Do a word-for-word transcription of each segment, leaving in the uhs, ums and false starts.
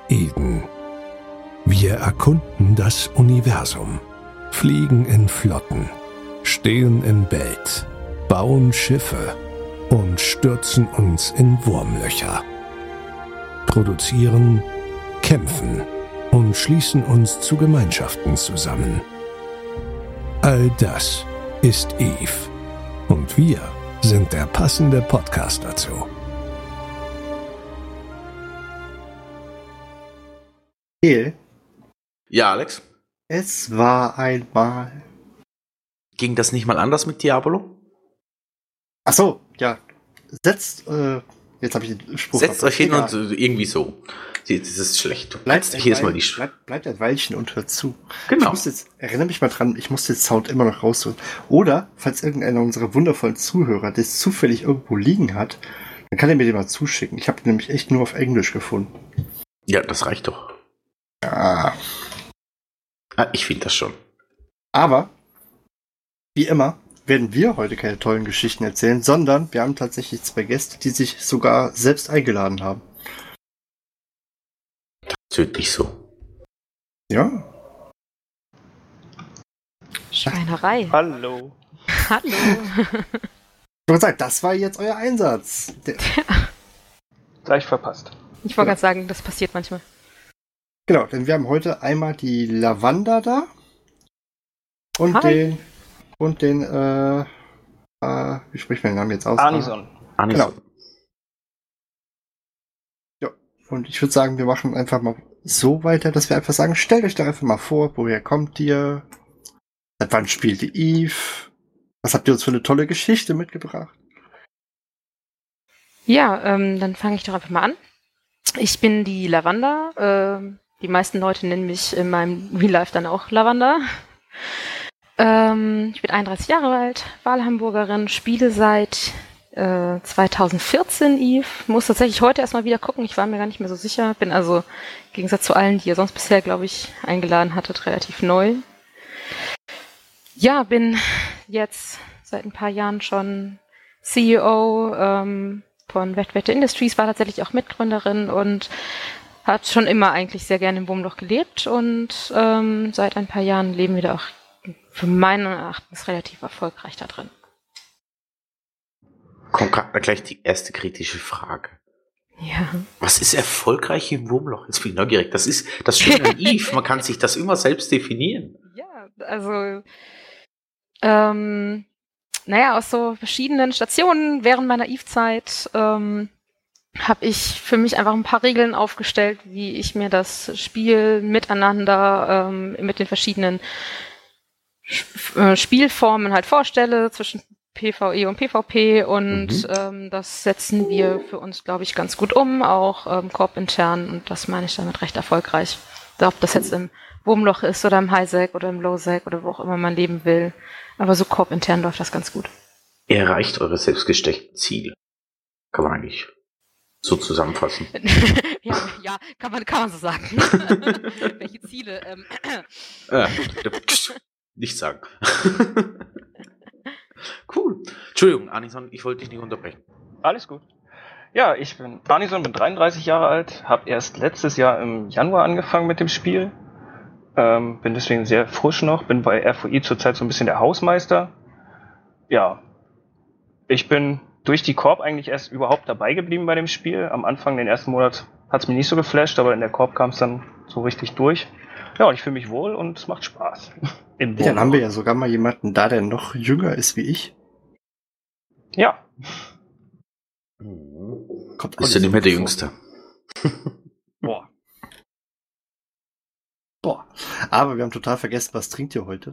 Eden. Wir erkunden das Universum, fliegen in Flotten, stehen in Belt, bauen Schiffe und stürzen uns in Wurmlöcher. Produzieren, kämpfen und schließen uns zu Gemeinschaften zusammen. All das ist Eve. Und wir sind der passende Podcast dazu. Ja, Alex? Es war einmal. Ging das nicht mal anders mit Diabolo? Ach so, ja. Setzt, äh, jetzt habe ich den Spruch. Setzt euch hin und äh, irgendwie so. Das ist schlecht. Du bleibt hier ist mal die Sch- bleibt, bleibt ein Weilchen und hört zu. Genau. Ich muss jetzt, erinnere mich mal dran, ich muss den Sound immer noch rausholen. Oder, falls irgendeiner unserer wundervollen Zuhörer das zufällig irgendwo liegen hat, dann kann er mir den mal zuschicken. Ich habe den nämlich echt nur auf Englisch gefunden. Ja, das reicht doch. Ah. Ah, ich finde das schon. Aber, wie immer, werden wir heute keine tollen Geschichten erzählen, sondern wir haben tatsächlich zwei Gäste, die sich sogar selbst eingeladen haben. Das wird nicht so. Ja. Schweinerei. Hallo. Hallo. Ich wollte sagen, das war jetzt euer Einsatz. Der Gleich verpasst. Ich wollte gerade sagen, das passiert manchmal. Genau, denn wir haben heute einmal die Lavanda da und Hi. den und den äh, äh, wie spricht man den Namen jetzt aus? Anison. Anison. Genau. Ja, und ich würde sagen, wir machen einfach mal so weiter, dass wir einfach sagen, stellt euch doch einfach mal vor, woher kommt ihr? Seit wann spielt ihr Eve? Was habt ihr uns für eine tolle Geschichte mitgebracht? Ja, ähm, dann fange ich doch einfach mal an. Ich bin die Lavanda. Ähm, die meisten Leute nennen mich in meinem Real Life dann auch Lavanda. Ähm, ich bin einunddreißig Jahre alt, Wahlhamburgerin, spiele seit äh, zweitausendvierzehn Eve. Muss tatsächlich heute erstmal wieder gucken, ich war mir gar nicht mehr so sicher. Bin also im Gegensatz zu allen, die ihr sonst bisher, glaube ich, eingeladen hattet, relativ neu. Ja, bin jetzt seit ein paar Jahren schon C E O ähm, von Wettwette Industries, war tatsächlich auch Mitgründerin und habe schon immer eigentlich sehr gerne im Wurmloch gelebt und ähm, seit ein paar Jahren leben wir da auch für meinen Erachtens relativ erfolgreich da drin. Kommt gerade gleich die erste kritische Frage. Ja. Was ist erfolgreich im Wurmloch? Jetzt bin ich neugierig. Das ist das Schöne an Eve. Man kann sich das immer selbst definieren. Ja, also ähm, naja, aus so verschiedenen Stationen während meiner Eve-Zeit ähm, habe ich für mich einfach ein paar Regeln aufgestellt, wie ich mir das Spiel miteinander ähm, mit den verschiedenen Sp- äh, Spielformen halt vorstelle, zwischen PvE und PvP und Mhm. ähm, das setzen wir für uns, glaube ich, ganz gut um, auch ähm, Koop intern und das meine ich damit recht erfolgreich. Ob das jetzt im Wurmloch ist oder im Highsec oder im Lowsec oder wo auch immer man leben will, aber so Koop intern läuft das ganz gut. Ihr erreicht eure selbstgesteckten Ziele. Kann man eigentlich so zusammenfassen. ja, ja, kann man, kann man so sagen. Welche Ziele? Ähm, äh, nicht sagen. Cool. Entschuldigung, Anison, ich wollte dich nicht unterbrechen. Alles gut. Ja, ich bin Anison, bin dreiunddreißig Jahre alt, habe erst letztes Jahr im Januar angefangen mit dem Spiel. Ähm, bin deswegen sehr frisch noch, bin bei R V I zurzeit so ein bisschen der Hausmeister. Ja, ich bin durch die Koop eigentlich erst überhaupt dabei geblieben bei dem Spiel. Am Anfang, den ersten Monat, hat es mich nicht so geflasht, aber in der Koop kam es dann so richtig durch. Ja, und ich fühle mich wohl und es macht Spaß. Im Dann haben wir ja sogar mal jemanden da, der noch jünger ist wie ich. Ja. Kommt auch Ist ja nicht nicht mehr so der vor. Jüngste. Boah. Boah. Aber wir haben total vergessen, was trinkt ihr heute?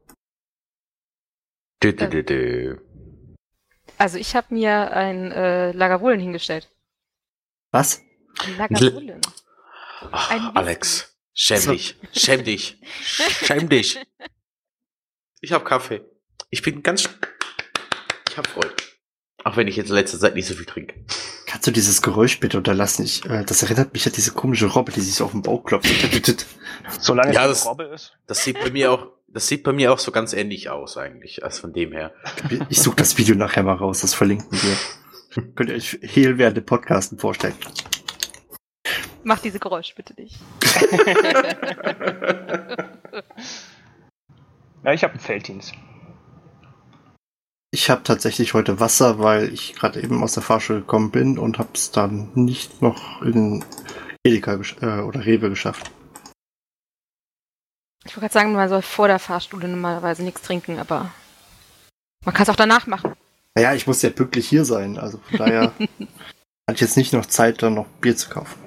Dö, dö, dö, dö. also ich habe mir ein äh, Lagavulin hingestellt. Was? Ein Lagavulin. Ach, Ein Whisky. Alex, schäm So. dich. Schäm dich. Schäm dich. Ich habe Kaffee. Ich bin ganz... Ich habe Freude. Auch wenn ich jetzt in letzter Zeit nicht so viel trinke. Kannst du dieses Geräusch bitte unterlassen? Ich, äh, das erinnert mich an diese komische Robbe, die sich so auf den Bauch klopft. Solange Ja, es das- eine Robbe ist. Das sieht bei mir auch... Das sieht bei mir auch so ganz ähnlich aus eigentlich, als von dem her. Ich suche das Video nachher mal raus, das verlinken wir. Könnt ihr euch Hehl während dem Podcasten vorstellen. Mach diese Geräusche bitte nicht. Ja, ich habe einen Felddienst. Ich habe tatsächlich heute Wasser, weil ich gerade eben aus der Fahrschule gekommen bin und habe es dann nicht noch in Edeka gesch- äh, oder Rewe geschafft. Ich wollte gerade sagen, man soll vor der Fahrschule normalerweise nichts trinken, aber man kann es auch danach machen. Naja, ich muss ja pünktlich hier sein, also von daher hatte ich jetzt nicht noch Zeit, dann noch Bier zu kaufen.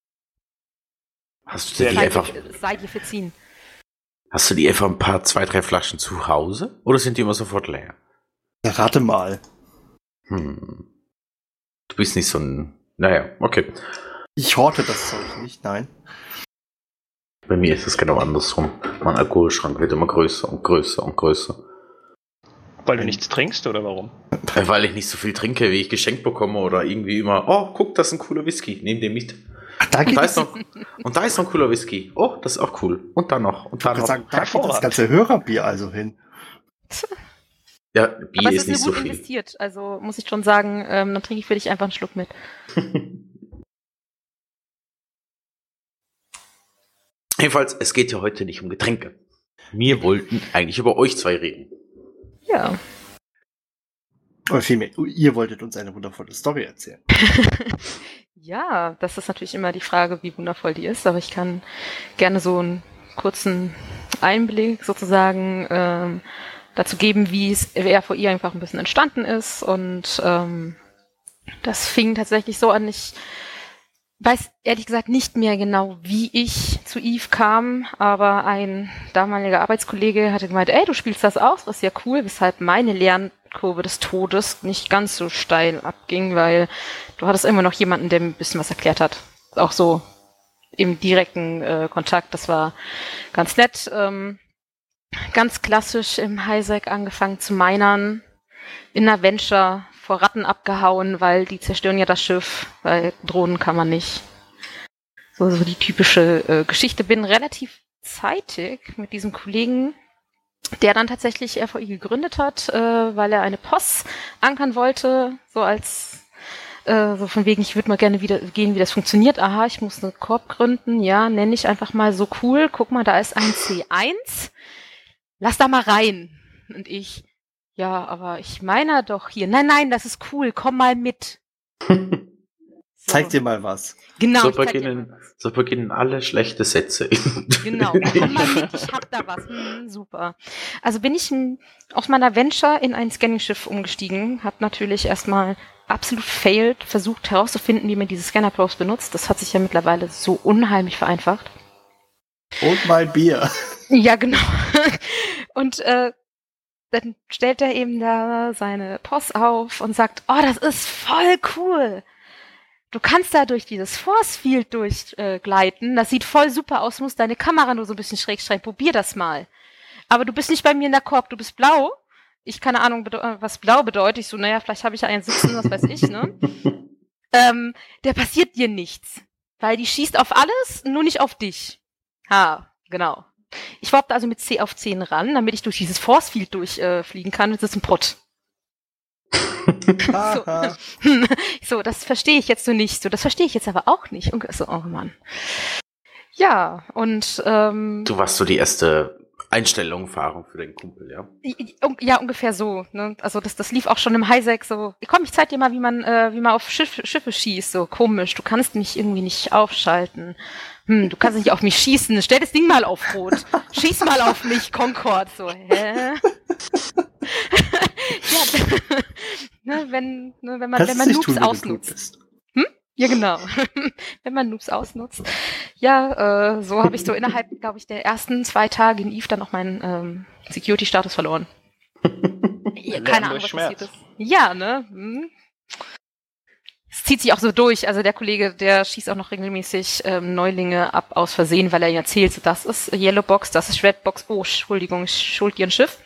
Hast du dir Sei einfach, dir- Sei dir verziehen. hast du die einfach ein paar, zwei, drei Flaschen zu Hause? Oder sind die immer sofort leer? Ja, rate mal. Hm. Du bist nicht so ein, naja, okay. Ich horte das Zeug nicht, nein. Bei mir ist es genau andersrum. Mein Alkoholschrank wird immer größer und größer und größer. Weil du nichts trinkst oder warum? Äh, Weil ich nicht so viel trinke, wie ich geschenkt bekomme oder irgendwie immer, oh, guck, das ist ein cooler Whisky, nehm den mit. Ach, da Und geht da, das, ist noch, und da ist noch ein cooler Whisky. Oh, das ist auch cool. Und dann noch. Und dann ich noch. sagen, da geht das Hervorragend. ganze Hörerbier also hin. Ja, Aber Bier es ist ist nicht mir so gut viel. investiert, also muss ich schon sagen, ähm, dann trinke ich für dich einfach einen Schluck mit. Jedenfalls, es geht ja heute nicht um Getränke. Wir wollten eigentlich über euch zwei reden. Ja. Oder vielmehr, ihr wolltet uns eine wundervolle Story erzählen. Ja, das ist natürlich immer die Frage, wie wundervoll die ist, aber ich kann gerne so einen kurzen Einblick sozusagen ähm, dazu geben, wie es R V I einfach ein bisschen entstanden ist. Und ähm, das fing tatsächlich so an, ich weiß ehrlich gesagt nicht mehr genau, wie ich zu Eve kam, aber ein damaliger Arbeitskollege hatte gemeint, ey, du spielst das aus, das ist ja cool, weshalb meine Lernkurve des Todes nicht ganz so steil abging, weil du hattest immer noch jemanden, der mir ein bisschen was erklärt hat. Auch so im direkten äh, Kontakt, das war ganz nett. Ähm, ganz klassisch im Highsec angefangen zu minern, in einer Venture vor Ratten abgehauen, weil die zerstören ja das Schiff, weil Drohnen kann man nicht. So, so die typische äh, Geschichte. Bin relativ zeitig mit diesem Kollegen, der dann tatsächlich R V I gegründet hat, äh, weil er eine P O S ankern wollte, so als äh, so von wegen, ich würde mal gerne wieder gehen, wie das funktioniert. Aha, ich muss eine Corp gründen. Ja, nenne ich einfach mal so cool. Guck mal, da ist ein C eins. Lass da mal rein. Und ich, ja, aber ich meine doch hier. Nein, nein, das ist cool. Komm mal mit. So. Zeig dir mal was. Genau, So ich zeig dir beginnen, mal was. so beginnen alle schlechte Sätze. Genau, komm mal mit, ich hab da was. Hm, super. Also bin ich m, aus meiner Venture in ein Scanning-Schiff umgestiegen, hab natürlich erstmal absolut failed, versucht herauszufinden, wie man diese Scanner-Probes benutzt. Das hat sich ja mittlerweile so unheimlich vereinfacht. Und mal Bier. Ja, genau. Und äh, dann stellt er eben da seine P O S auf und sagt, oh, das ist voll cool. Du kannst da durch dieses Force Field durchgleiten. Äh, das sieht voll super aus. Du musst deine Kamera nur so ein bisschen schräg stellen. Probier das mal. Aber du bist nicht bei mir in der Korb. Du bist blau. Ich keine Ahnung, bede- was blau bedeutet. Ich so, naja, vielleicht habe ich ja einen sitzen, was weiß ich, ne? ähm, der passiert dir nichts. Weil die schießt auf alles, nur nicht auf dich. Ha, genau. Ich warp da also mit C auf zehn ran, damit ich durch dieses Force Field durchfliegen äh, fliegen kann. Das ist ein Pott. Haha. So, das verstehe ich jetzt so nicht. So, das verstehe ich jetzt aber auch nicht. Und so, oh Mann. Ja, und ähm, Du warst so die erste Einstellung, Erfahrung für den Kumpel, ja? ja, ungefähr so. Ne? Also das, das lief auch schon im Highsec so. Komm, ich zeig dir mal, wie man, äh, wie man auf Schiff, Schiffe schießt. So komisch. Du kannst mich irgendwie nicht aufschalten. Hm, du kannst nicht auf mich schießen. Stell das Ding mal auf Rot. Schieß mal auf mich, Concord. So, hä? Ja, ne, wenn, ne, wenn man, Kannst wenn es man nicht Noobs tun, wenn du ausnutzt. gut bist. Ja, genau. Wenn man Noobs ausnutzt. Ja, äh, so habe ich so innerhalb, glaube ich, der ersten zwei Tage in Eve dann auch meinen ähm, Security-Status verloren. Ja, keine Ahnung, was passiert ist. Ja, ne? Hm. Es zieht sich auch so durch. Also der Kollege, der schießt auch noch regelmäßig ähm, Neulinge ab aus Versehen, weil er ihnen erzählt, so, das ist Yellowbox, das ist Redbox. Oh, Entschuldigung, ich schuld ihr ein Schiff.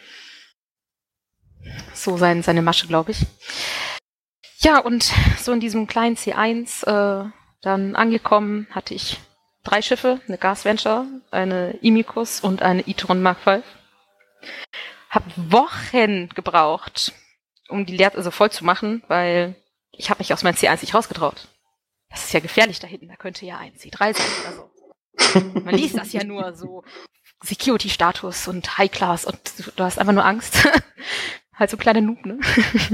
So sein, seine Masche, glaube ich. Ja, und so in diesem kleinen C eins äh, dann angekommen, hatte ich drei Schiffe, eine Gas Venture, eine Imicus und eine Itron Mark fünf. Hab Wochen gebraucht, um die Lehr also voll zu machen, weil ich habe mich aus meinem C eins nicht rausgetraut. das ist ja gefährlich da hinten, da könnte ja ein C drei sein oder so. Man liest das ja nur so, Security-Status und High-Class und du hast einfach nur Angst. Halt so kleine Noob, ne?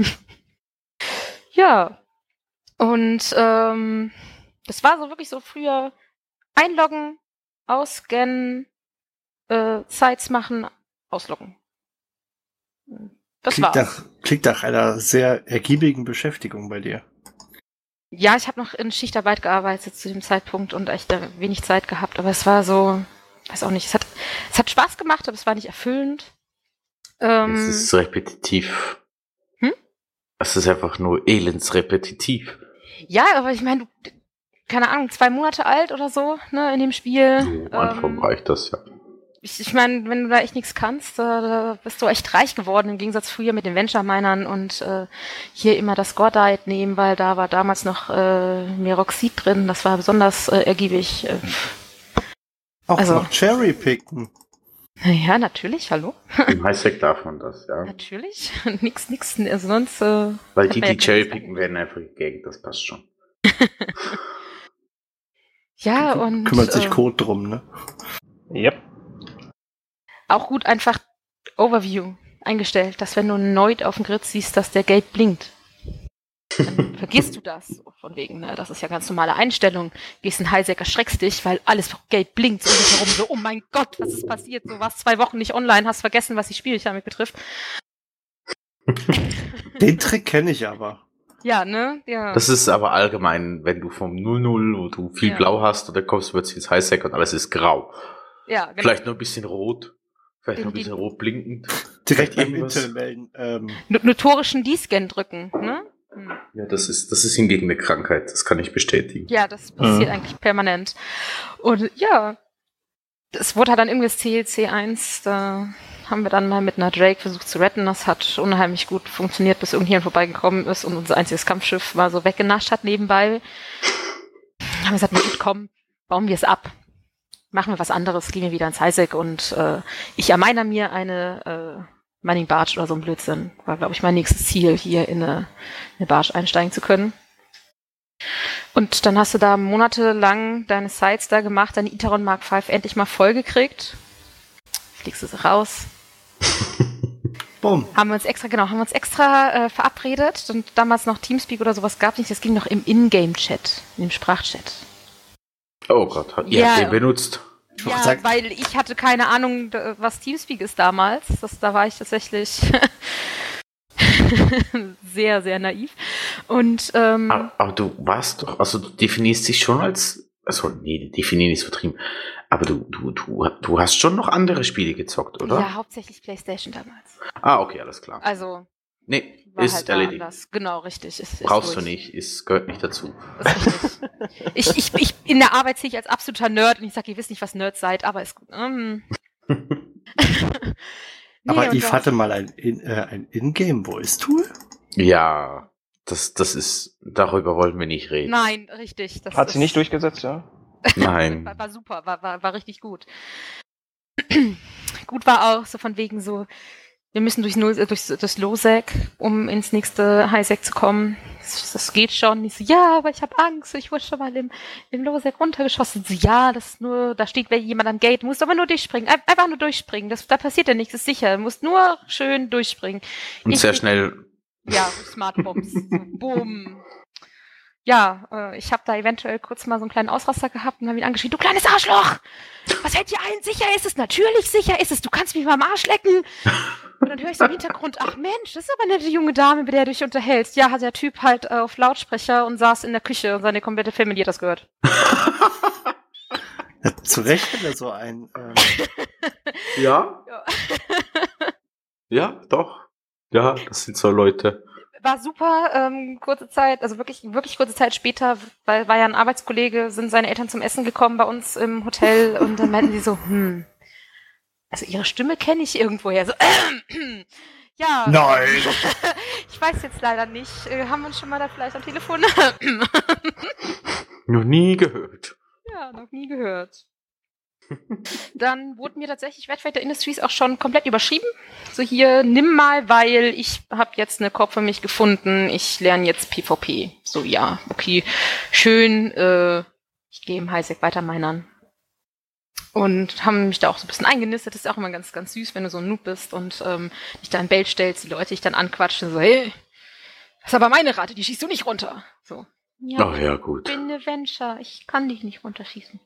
Ja. Und ähm, das war so wirklich so früher einloggen, ausscannen, äh, Sites machen, ausloggen. Das klingt war's. Nach, klingt nach einer sehr ergiebigen Beschäftigung bei dir. Ja, ich habe noch in Schichtarbeit gearbeitet zu dem Zeitpunkt und echt wenig Zeit gehabt, aber es war so, weiß auch nicht, es hat, es hat Spaß gemacht, aber es war nicht erfüllend. Ähm, Es ist repetitiv. Hm? Es ist einfach nur elendsrepetitiv. Ja, aber ich meine, du, keine Ahnung, zwei Monate alt oder so, ne, in dem Spiel. So, am Anfang Ähm, reicht das, ja. ich ich meine, wenn du da echt nichts kannst, da, da bist du echt reich geworden, im Gegensatz früher mit den Venture-Minern und äh, hier immer das Gore-Diet nehmen, weil da war damals noch äh, Meroxid drin, das war besonders äh, ergiebig. Äh, Auch Also- noch Cherry-Picken. ja, natürlich, hallo? Im Highsec darf man das, ja. Natürlich, nix, nix, also sonst... Äh, Weil hat die, man ja die keinen Cherrypicken Spaß. werden einfach gegaggt, das passt schon. Ja, und Kümmert sich äh, Code drum, ne? Yep. auch gut einfach Overview eingestellt, dass wenn du einen Noid auf dem Grid siehst, dass der gelb blinkt. Dann vergisst du das. So von wegen, ne? Das ist ja ganz normale Einstellung. Gehst in Highsec, erschreckst dich, weil alles gelb blinkt um dich herum. So, oh mein Gott, was ist passiert? Du warst zwei Wochen nicht online, hast vergessen, was die Spielmechanik betrifft. Den Trick kenne ich aber. Ja, ne? Ja. Das ist aber allgemein, wenn du vom null null, wo du viel Ja. Blau hast, und dann kommst du plötzlich ins Highsec und alles ist grau. ja, genau. Vielleicht noch ein bisschen rot. Vielleicht Den- noch ein bisschen den- rot blinkend. Direkt Vielleicht beim irgendwas. Intel melden. Ähm, No- notorischen D-Scan drücken, ne? Hm. Ja, das ist, das ist hingegen eine Krankheit. Das kann ich bestätigen. Ja, das passiert Mhm. eigentlich permanent. Und ja, es wurde halt dann irgendwie das C L C eins, da haben wir dann mal mit einer Drake versucht zu retten. Das hat unheimlich gut funktioniert, bis irgendjemand vorbeigekommen ist und unser einziges Kampfschiff mal so weggenascht hat nebenbei. Haben wir gesagt, na gut, komm, bauen wir es ab. Machen wir was anderes, gehen wir wieder ins Highsec und äh, ich ermeiner mir eine äh, Mining Barge oder so ein Blödsinn. War, glaube ich, mein nächstes Ziel, hier in eine, eine Barge einsteigen zu können. Und dann hast du da monatelang deine Sites da gemacht, deine Iteron Mark fünf endlich mal vollgekriegt. Fliegst du sie raus. bumm. Haben wir uns extra, genau, haben wir uns extra äh, verabredet und damals noch Teamspeak oder sowas gab nicht, das ging noch im Ingame-Chat, in dem Sprachchat. Oh Gott, hat ihr Ja. habt den benutzt? Ich wollte Ja, sagen- weil ich hatte keine Ahnung, d- was Teamspeak ist damals. Das, da war ich tatsächlich sehr, sehr naiv. Und ähm, Aber, aber du warst doch, also du definierst dich schon als, also nee, definieren ist vertrieben, aber du, du, du, du hast schon noch andere Spiele gezockt, oder? ja, hauptsächlich PlayStation damals. Ah, okay, alles klar. Also Nee, war ist halt da erledigt. anders. Genau, richtig. Ist, ist Brauchst du durch. nicht, ist, gehört nicht dazu. Ist richtig. ich, ich, ich, in der Arbeit sehe ich als absoluter Nerd und ich sage, ihr wisst nicht, was Nerds seid, aber ist gut. Ähm. Nee, aber und Eve das- hatte mal ein, in, äh, ein In-Game-Voice-Tool. Ja, das, das ist, darüber wollen wir nicht reden. Nein, richtig. Das Hat sie ist- nicht durchgesetzt, ja? Nein. War, war super, war, war, war richtig gut. Gut war auch so von wegen so, wir müssen durchs, Null- äh, durchs das Losec, um ins nächste Highsec zu kommen. Das, das geht schon. Ich so, ja, aber ich habe Angst. Ich wurde schon mal im, im Losec runtergeschossen. So, ja, das ist nur, da steht wer- jemand am Gate. Du musst aber nur durchspringen. Ein- Einfach nur durchspringen. Das, da passiert ja nichts, ist sicher. Du musst nur schön durchspringen. Und Ich- sehr schnell. Ja, Smart Bombs. So, Bumm. Ja, äh, ich habe da eventuell kurz mal so einen kleinen Ausraster gehabt und habe ihn angeschrien, du kleines Arschloch! Was hält dir ein? Sicher ist es, natürlich sicher ist es, du kannst mich mal am Arsch lecken. Und dann höre ich so im Hintergrund, ach Mensch, das ist aber eine nette junge Dame, mit der du dich unterhältst. Ja, hat der Typ halt äh, auf Lautsprecher und saß in der Küche und seine komplette Familie hat das gehört. Ja, zu Recht hat er so ein. Ähm, Ja? Ja. Ja, doch. Ja, das sind so Leute. War super, ähm, kurze Zeit, also wirklich, wirklich kurze Zeit später, weil war ja ein Arbeitskollege, sind seine Eltern zum Essen gekommen bei uns im Hotel und dann meinten sie so, hm, also ihre Stimme kenne ich irgendwoher. So, ähm, ja. Nein. Ich weiß jetzt leider nicht. Äh, haben wir uns schon mal da vielleicht am Telefon? Noch nie gehört. Ja, noch nie gehört. Dann wurde mir tatsächlich Red Fighter Industries auch schon komplett überschrieben. So hier, nimm mal, weil ich habe jetzt eine Korb für mich gefunden. Ich lerne jetzt PvP. So, ja, okay, schön. Äh, ich gehe im Highsec weiter minern. Und haben mich da auch so ein bisschen eingenistet. Das ist auch immer ganz, ganz süß, wenn du so ein Noob bist und ähm, dich da in Belt stellst, die Leute dich dann anquatschen, so, hey, das ist aber meine Rate, die schießt du nicht runter. So. Ja, Ach ja, gut. ich bin eine Venture, ich kann dich nicht runterschießen.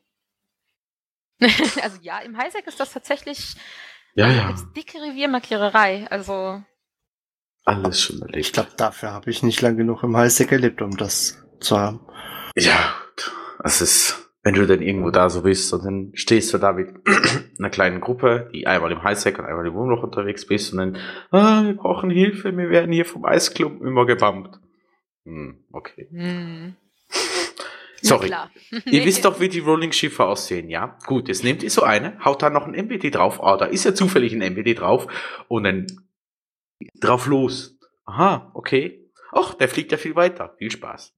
Also ja, im Highsec ist das tatsächlich, Ja, da ja. gibt's dicke Reviermarkiererei. Also Alles schon erlebt. Ich glaube, dafür habe ich nicht lang genug im Highsec erlebt, um das zu haben. Ja, es ist, wenn du dann irgendwo da so bist und dann stehst du da mit einer kleinen Gruppe, die einmal im Highsec und einmal im Wurmloch unterwegs bist und dann, ah, wir brauchen Hilfe, wir werden hier vom Eisklumpen immer gebammt. Hm, okay. hm. Sorry. Na klar. Ihr wisst doch, wie die Rolling-Schiffe aussehen, ja? Gut, jetzt nehmt ihr so eine, haut da noch ein M B D drauf, ah, da ist ja zufällig ein M B D drauf und dann drauf los. Aha, okay. Och, der fliegt ja viel weiter. Viel Spaß.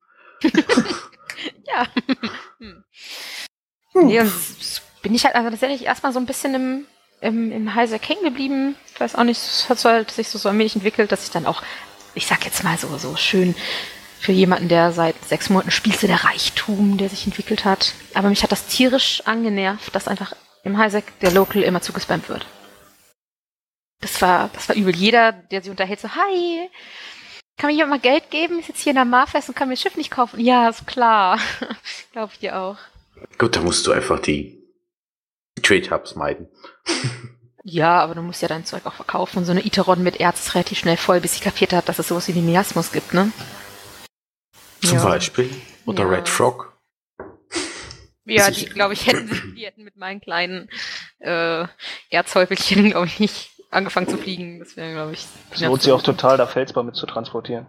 Ja. Hm. Nee, und s- bin ich halt also tatsächlich erstmal so ein bisschen im, im, im Highsec hängen geblieben. Ich weiß auch nicht, es hat so halt sich so, so allmählich entwickelt, dass ich dann auch, ich sag jetzt mal so, so schön für jemanden, der seit sechs Monaten spielt, so der Reichtum, der sich entwickelt hat. Aber mich hat das tierisch angenervt, dass einfach im Highsec der Local immer zugespammt wird. Das war, das war übel. Jeder, der sich unterhält, so, hi, kann mir jemand mal Geld geben? Ist jetzt hier in der Marfest und kann mir das Schiff nicht kaufen. Ja, ist klar. Glaube ich dir auch. Gut, da musst du einfach die Trade Hubs meiden. Ja, aber du musst ja dein Zeug auch verkaufen. Und so eine Iteron mit Erz ist relativ schnell voll, bis sie kapiert hat, dass es sowas wie den Miasmus gibt, ne? Zum Ja. Beispiel. Oder Ja. Red Frog. Ja, Also die, ich- glaube ich, hätten sich, die hätten mit meinen kleinen äh, Erzhäufelchen, glaube ich, nicht angefangen zu fliegen. Das wäre, glaube ich... Es lohnt sich auch total, da Felsbar mit zu transportieren.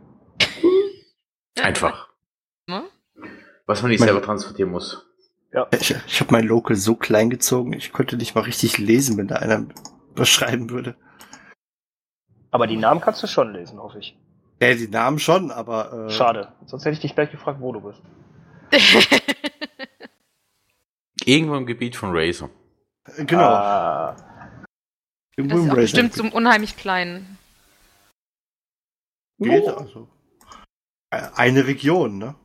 Einfach. Ne? Was man nicht Mein- selber transportieren muss. Ich, ich habe mein Local so klein gezogen, ich konnte nicht mal richtig lesen, wenn da einer was schreiben würde. Aber die Namen kannst du schon lesen, hoffe ich. Ja, die Namen schon, aber... Äh, Schade. Sonst hätte ich dich gleich gefragt, wo du bist. Irgendwo im Gebiet von Razor. äh, Genau. Ah, Irgendwo Das ist im auch Razer. bestimmt so unheimlich klein. Geht, also. Äh, Eine Region, ne?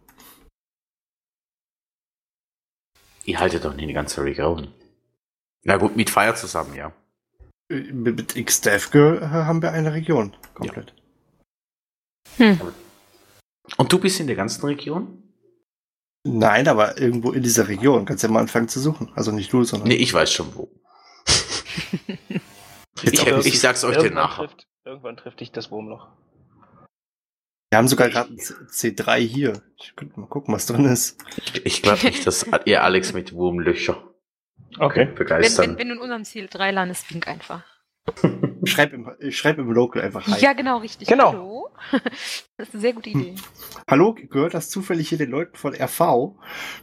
Ihr haltet doch nicht die ganze Region. Na gut, mit Fire zusammen, ja. Äh, Mit, mit X-Dev äh, haben wir eine Region. Komplett. Hm. Und du bist in der ganzen Region? Nein, aber irgendwo in dieser Region. Kannst ja mal anfangen zu suchen. Also nicht du, sondern... Nee, ich weiß schon wo. Jetzt ich, auch- ich sag's euch denn irgendwann nachher. Trifft, irgendwann trifft dich das Wurmloch. Wir haben sogar gerade ein C drei hier. Ich könnte mal gucken, was drin ist. Ich, ich glaube nicht, dass ihr Alex mit Wurmlöcher Okay. Wenn, begeistern. wenn, wenn du in unserem Ziel drei landest, wink einfach. Ich schreib im, ich schreib im Local einfach rein. Ja, genau, richtig. Genau. Hallo? Das ist eine sehr gute Idee. Hallo, gehört das zufällig hier den Leuten von R V?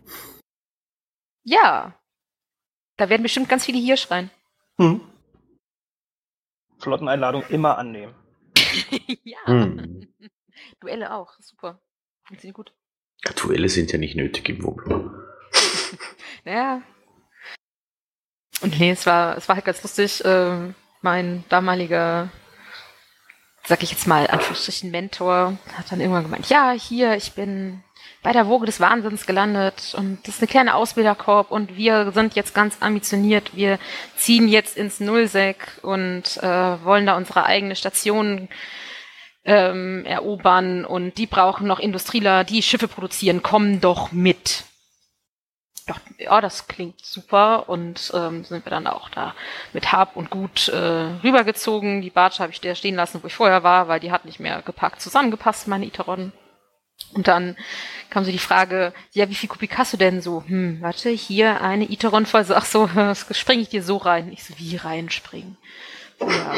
Ja. Da werden bestimmt ganz viele hier schreien. Hm. Flotteneinladung immer annehmen. Ja. Hm. Duelle auch. Super. Funktioniert gut. Duelle sind ja nicht nötig im Wurmloch. Ja. Und nee, es war, es war halt ganz lustig. Ähm, mein damaliger, sag ich jetzt mal, Anführungsstrichen Mentor, hat dann irgendwann gemeint, ja, hier, ich bin bei der Woge des Wahnsinns gelandet und das ist eine kleine Ausbilderkorb und wir sind jetzt ganz ambitioniert. Wir ziehen jetzt ins Nullsec und äh, wollen da unsere eigene Station ähm, erobern und die brauchen noch Industrieler, die Schiffe produzieren, kommen doch mit. Doch, ja, das klingt super und ähm, sind wir dann auch da mit Hab und Gut äh, rübergezogen. Die Barge habe ich der stehen lassen, wo ich vorher war, weil die hat nicht mehr gepackt zusammengepasst, meine Iteron. Und dann kam so die Frage, ja, wie viel Kubik hast du denn so? Hm, warte, hier eine Iteron voll. So, ach so, das springe ich dir so rein. Ich so, wie reinspringen? Ja.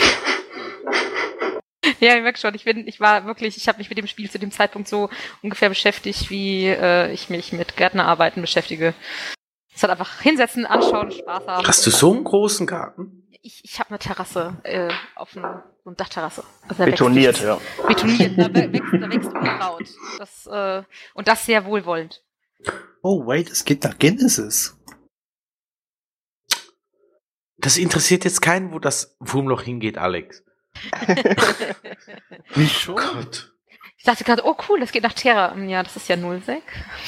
Ja, ich merke schon, ich bin, ich war wirklich, ich habe mich mit dem Spiel zu dem Zeitpunkt so ungefähr beschäftigt, wie äh, ich mich mit Gärtnerarbeiten beschäftige. Es hat einfach hinsetzen, anschauen, Spaß haben. Hast du so einen großen Garten? Ich, ich habe eine Terrasse äh, auf einer so eine Dachterrasse. Also da Betoniert, wächst ja. nichts. Betoniert, da wä- wächst, da wächst Unkraut. Das, äh, und das sehr wohlwollend. Oh, wait, es geht nach Genesis. Das interessiert jetzt keinen, wo das Wurmloch hingeht, Alex. Wie schon? Gott. Ich dachte gerade, oh cool, das geht nach Terra. Ja, das ist ja Nullsec.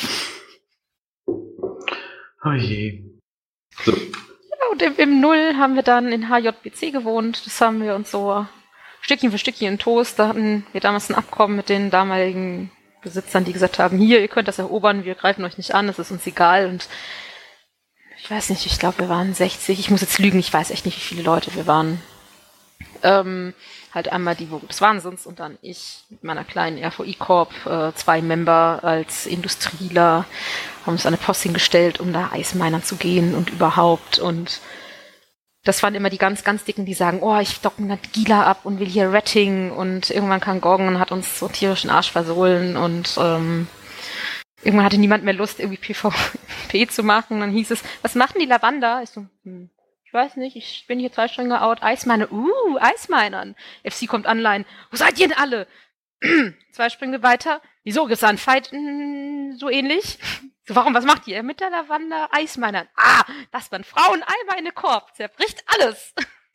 Oh je. So. Ja, und im, im Null haben wir dann in H J B C gewohnt. Das haben wir uns so Stückchen für Stückchen in Toast. Da hatten wir damals ein Abkommen mit den damaligen Besitzern, die gesagt haben, hier, ihr könnt das erobern, wir greifen euch nicht an, es ist uns egal. Und ich weiß nicht, ich glaube, wir waren sechzig. Ich muss jetzt lügen, ich weiß echt nicht, wie viele Leute wir waren. Ähm, halt einmal die Wogen des Wahnsinns und dann ich mit meiner kleinen R V I-Corp, äh, zwei Member als Industrieler, haben uns an eine Post hingestellt, um da Eisminern zu gehen und überhaupt. Und das waren immer die ganz, ganz Dicken, die sagen, oh, ich dock einen Gila ab und will hier Retting. Und irgendwann kam Gorgon und hat uns so tierischen Arsch versohlen und ähm, irgendwann hatte niemand mehr Lust, irgendwie P V P zu machen. Dann hieß es, was machen die Lavanda? Ich so, hm, ich weiß nicht, ich bin hier zwei Stränge out. Eisminer, uh, Eisminern. F C kommt online. Wo seid ihr denn alle? Zwei Sprünge weiter. Wieso gibt's da einen Fight? Hm, so ähnlich. So, warum, was macht ihr? Mit der Lavanda Eisminern. Ah, das waren Frauen einmal in eine Korb. Zerbricht alles.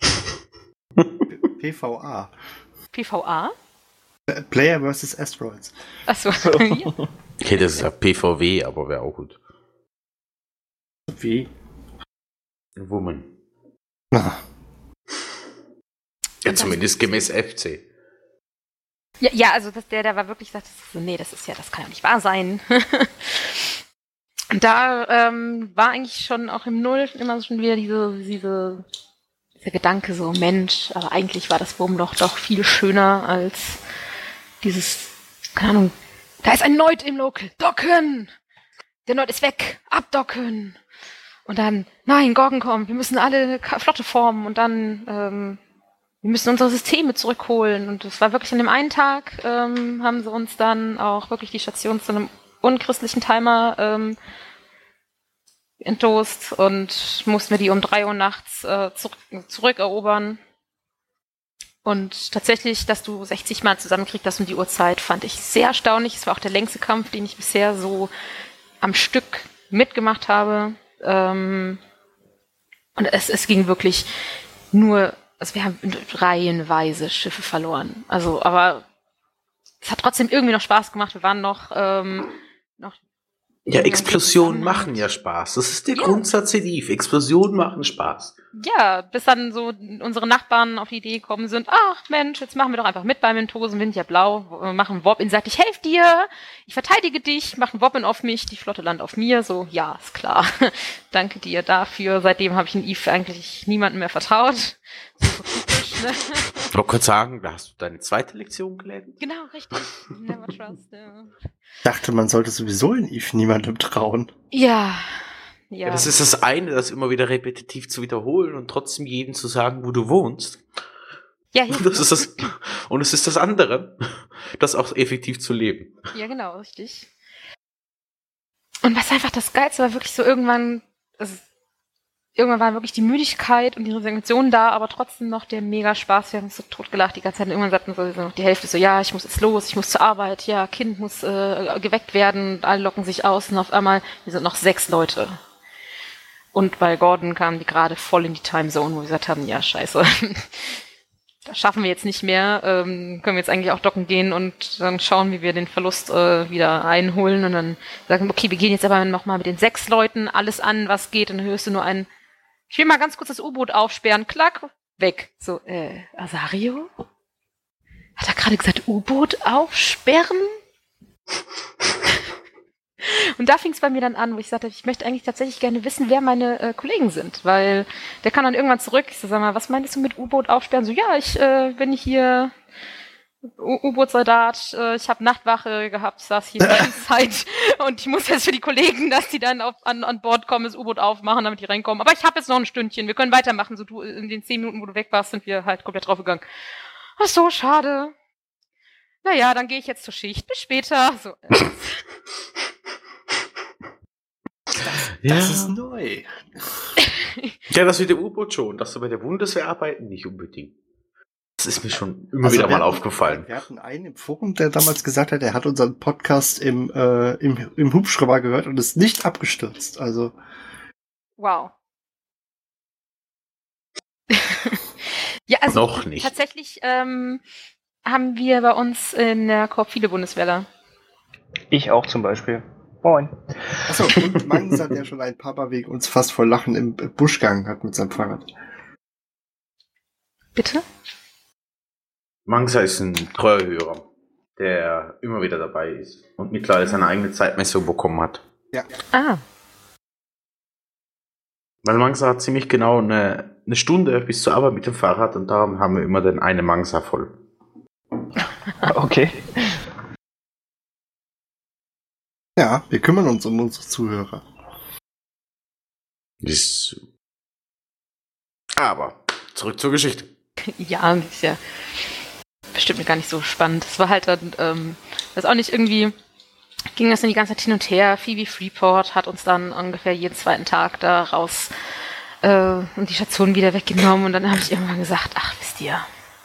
P V A. P V A? Player versus Asteroids. Achso. Ich hätte gesagt P V W, aber wäre auch gut. Wie? Woman. Ah. Ja, zumindest gemäß F C. Ja, ja, also das, der, der war wirklich sagt, so, nee, das ist ja, das kann ja nicht wahr sein. Und da ähm, war eigentlich schon auch im Null immer schon wieder diese, diese, dieser Gedanke so, Mensch, aber eigentlich war das Wurmloch doch viel schöner als dieses, keine Ahnung, da ist ein Neut im Local, docken! Der Neut ist weg, abdocken! Und dann, nein, Gorgon kommt, wir müssen alle eine Flotte formen und dann, ähm, wir müssen unsere Systeme zurückholen. Und es war wirklich an dem einen Tag, ähm, haben sie uns dann auch wirklich die Station zu einem unchristlichen Timer ähm, entdost und mussten wir die um drei Uhr nachts äh, zurück, zurückerobern. Und tatsächlich, dass du sechzig Mal zusammenkriegst hast um die Uhrzeit, fand ich sehr erstaunlich. Es war auch der längste Kampf, den ich bisher so am Stück mitgemacht habe. Ähm, und es, es ging wirklich nur, also wir haben reihenweise Schiffe verloren. Also, aber es hat trotzdem irgendwie noch Spaß gemacht. Wir waren noch, ähm, noch Ja, Explosionen machen ja Spaß. Das ist der Ja. Grundsatz in Eve. Explosionen machen Spaß. Ja, bis dann so unsere Nachbarn auf die Idee gekommen sind, ach Mensch, jetzt machen wir doch einfach mit beim Mentosenwind, ja blau, wir machen Warp-In, sagt, ich helfe dir, ich verteidige dich, machen Warp-In auf mich, die Flotte landet auf mir, so, ja, ist klar. Danke dir dafür. Seitdem habe ich in Eve eigentlich niemandem mehr vertraut. So, so typisch, ne? Ich wollte kurz sagen, da hast du deine zweite Lektion gelernt. Genau, richtig. Never trust, ja. Ich dachte, man sollte sowieso in Eve niemandem trauen. Ja. Ja. Ja, das ist das eine, das immer wieder repetitiv zu wiederholen und trotzdem jedem zu sagen, wo du wohnst. Ja, hier, Und das ist das, und es ist das andere, das auch effektiv zu leben. ja, genau, richtig. Und was einfach das Geilste war, wirklich so irgendwann, also irgendwann war wirklich die Müdigkeit und die Resignation da, aber trotzdem noch der mega Spaß. Wir haben uns so totgelacht die ganze Zeit. Und irgendwann sagten so, so noch die Hälfte so, ja, ich muss jetzt los, ich muss zur Arbeit, ja, Kind muss äh, geweckt werden, alle locken sich aus und auf einmal, wir sind noch sechs Leute. Und bei Gordon kamen die gerade voll in die Timezone, wo wir gesagt haben, ja, scheiße, das schaffen wir jetzt nicht mehr, ähm, können wir jetzt eigentlich auch docken gehen und dann schauen, wie wir den Verlust äh, wieder einholen und dann sagen, okay, wir gehen jetzt aber nochmal mit den sechs Leuten alles an, was geht, und dann hörst du nur einen, ich will mal ganz kurz das U-Boot aufsperren, klack, weg. So, äh, Asario? Hat er gerade gesagt, U-Boot aufsperren? Und da fing es bei mir dann an, wo ich sagte, ich möchte eigentlich tatsächlich gerne wissen, wer meine äh, Kollegen sind, weil der kam dann irgendwann zurück. Ich so, sag mal, was meinst du mit U-Boot aufsperren? So, ja, ich äh, bin hier U- U-Boot-Soldat, äh, ich habe Nachtwache gehabt, saß hier die ganze Zeit und ich muss jetzt für die Kollegen, dass die dann auf, an, an Bord kommen, das U-Boot aufmachen, damit die reinkommen. Aber ich habe jetzt noch ein Stündchen, wir können weitermachen. So, du, in den zehn Minuten, wo du weg warst, sind wir halt komplett draufgegangen. Ach so, schade. Naja, dann gehe ich jetzt zur Schicht. Bis später. So, äh. Ja. Das ist neu. Ja, das mit dem U-Boot schon. Das bei der Bundeswehr arbeiten nicht unbedingt. Das ist mir schon immer Also wieder wir mal hatten- aufgefallen. Wir hatten einen im Forum, der damals gesagt hat, er hat unseren Podcast im, äh, im, im Hubschrauber gehört und ist nicht abgestürzt. Also Wow. Ja, also Noch nicht. Tatsächlich ähm, haben wir bei uns in der Koop viele Bundeswehrler. Ich auch zum Beispiel. Moin. Achso, und Mangsa, der schon ein paar Mal wegen uns fast vor Lachen im Busch gegangen hat mit seinem Fahrrad. Bitte? Mangsa ist ein treuer Hörer, der immer wieder dabei ist und mittlerweile seine eigene Zeitmessung bekommen hat. Ja. Ah. Weil Mangsa hat ziemlich genau eine, eine Stunde bis zur Arbeit mit dem Fahrrad und darum haben wir immer den eine Mangsa voll. Okay. Ja, wir kümmern uns um unsere Zuhörer. Ist Aber zurück zur Geschichte. Ja, das ist ja bestimmt gar nicht so spannend. Es war halt dann, ähm, das auch nicht irgendwie, ging das dann die ganze Zeit hin und her. Phoebe Freeport hat uns dann ungefähr jeden zweiten Tag da raus äh, und die Station wieder weggenommen und dann habe ich irgendwann gesagt, ach, wisst ihr.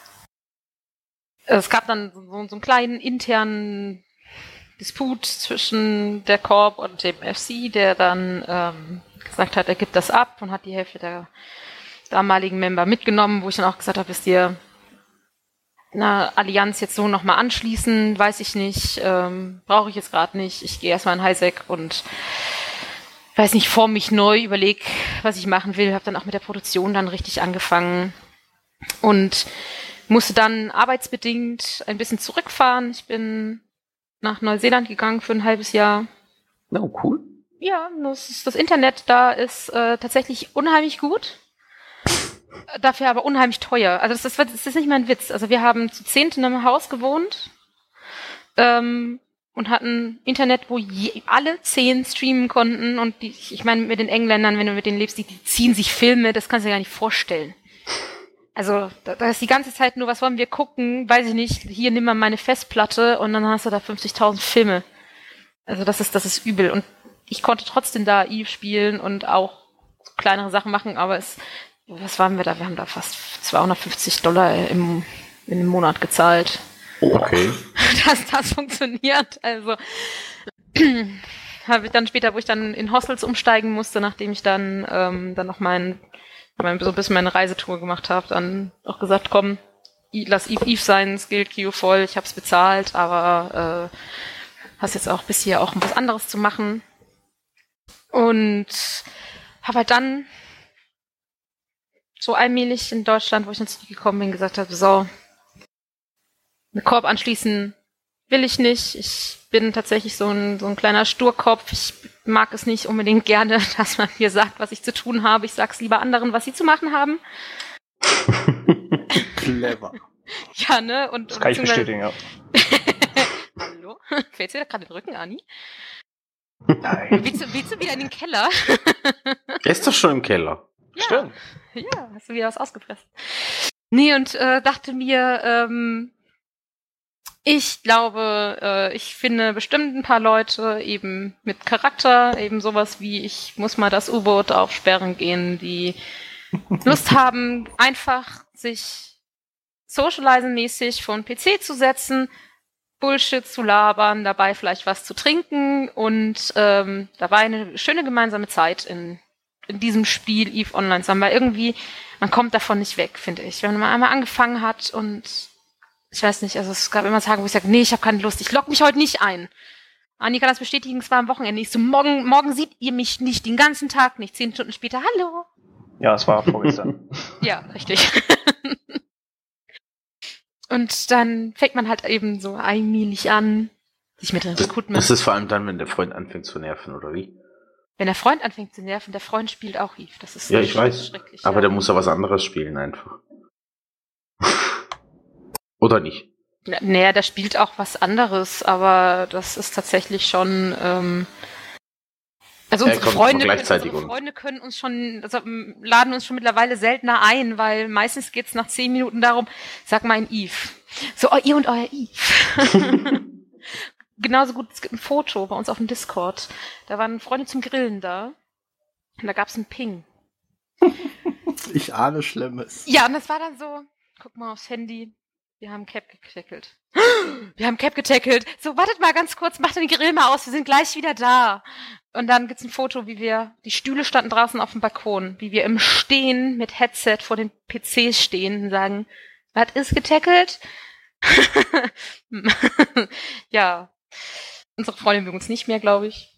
Es gab dann so, so einen kleinen internen Disput zwischen der Corp und dem F C, der dann ähm, gesagt hat, er gibt das ab und hat die Hälfte der damaligen Member mitgenommen, wo ich dann auch gesagt habe, wisst ihr, eine Allianz jetzt so nochmal anschließen, weiß ich nicht, ähm, brauche ich jetzt gerade nicht. Ich gehe erstmal in Highsec und weiß nicht, form mich neu, überleg, was ich machen will. Habe dann auch mit der Produktion dann richtig angefangen und musste dann arbeitsbedingt ein bisschen zurückfahren. Ich bin nach Neuseeland gegangen für ein halbes Jahr. Oh, cool. Ja, das, ist, das Internet da ist äh, tatsächlich unheimlich gut. Dafür aber unheimlich teuer. Also das ist, das ist nicht mal ein Witz. Also wir haben zu zehnt in einem Haus gewohnt ähm, und hatten Internet, wo je, alle zehn streamen konnten. Und die, ich meine, mit den Engländern, wenn du mit denen lebst, die, die ziehen sich Filme, das kannst du dir gar nicht vorstellen. Also da, da ist die ganze Zeit nur, was wollen wir gucken, weiß ich nicht, hier nimm mal meine Festplatte und dann hast du da fünfzigtausend Filme. Also das ist, das ist übel. Und ich konnte trotzdem da Eve spielen und auch kleinere Sachen machen, aber es, was waren wir da? Wir haben da fast zweihundertfünfzig Dollar im, im Monat gezahlt. Okay. Dass das funktioniert. Also habe ich dann später, wo ich dann in Hostels umsteigen musste, nachdem ich dann ähm, dann noch mein, mein so ein bisschen meine Reisetour gemacht habe, dann auch gesagt, komm, lass Eve Eve sein, Skill Queue voll, ich hab's bezahlt, aber äh, hast jetzt auch bis hier auch was anderes zu machen. Und habe halt dann so allmählich in Deutschland, wo ich dann zurückgekommen bin, gesagt habe, so, eine Korb anschließen will ich nicht. Ich bin tatsächlich so ein, so ein kleiner Sturkopf. Ich mag es nicht unbedingt gerne, dass man mir sagt, was ich zu tun habe. Ich sag's lieber anderen, was sie zu machen haben. Clever. Ja, ne? Und, Das kann ich bestätigen, ja. Hallo? Fällt's dir da gerade den Rücken, Anni? Nein. Willst du, willst du wieder in den Keller? Er ist doch schon im Keller. Ja. Stimmt. Ja, hast du wieder was ausgepresst. Nee, und äh, dachte mir, ähm, ich glaube, äh, ich finde bestimmt ein paar Leute eben mit Charakter, eben sowas wie, ich muss mal das U-Boot aufsperren gehen, die Lust haben, einfach sich socializen-mäßig vor den P C zu setzen, Bullshit zu labern, dabei vielleicht was zu trinken und ähm, dabei eine schöne gemeinsame Zeit in in diesem Spiel Eve Online zu haben, weil irgendwie, man kommt davon nicht weg, finde ich. Wenn man einmal angefangen hat und ich weiß nicht, also es gab immer Tage, wo ich sage, nee, ich habe keine Lust, ich logge mich heute nicht ein. Anni kann das bestätigen, es war am Wochenende. Ich so, morgen, morgen seht ihr mich nicht, den ganzen Tag nicht. Zehn Stunden später, hallo. Ja, es war vorgestern. Ja, richtig. Und dann fängt man halt eben so allmählich an, sich mit Rekruten. Das ist vor allem dann, wenn der Freund anfängt zu nerven, oder wie? Wenn der Freund anfängt zu nerven, der Freund spielt auch Eve. Das ist Ja, ich weiß. schrecklich. Aber ja. der muss ja was anderes spielen einfach. Oder nicht? Ja, naja, der spielt auch was anderes, aber das ist tatsächlich schon. Ähm, also Ja, unsere, kommt Freunde können, gleichzeitig unsere und- Freunde können uns schon, also m, laden uns schon mittlerweile seltener ein, weil meistens geht's nach zehn Minuten darum, sag mal ein Eve. So, oh, ihr und euer Eve. Genauso gut, es gibt ein Foto bei uns auf dem Discord. Da waren Freunde zum Grillen da. Und da gab's einen Ping. Ich ahne Schlimmes. Ja, und das war dann so, guck mal aufs Handy. Wir haben Cap getackelt. Wir haben Cap getackelt. So, wartet mal ganz kurz, macht den Grill mal aus, wir sind gleich wieder da. Und dann gibt's ein Foto, wie wir, die Stühle standen draußen auf dem Balkon, wie wir im Stehen mit Headset vor den P Cs stehen und sagen, was ist getackelt? Ja. Unsere Freundin mögen uns nicht mehr, glaube ich.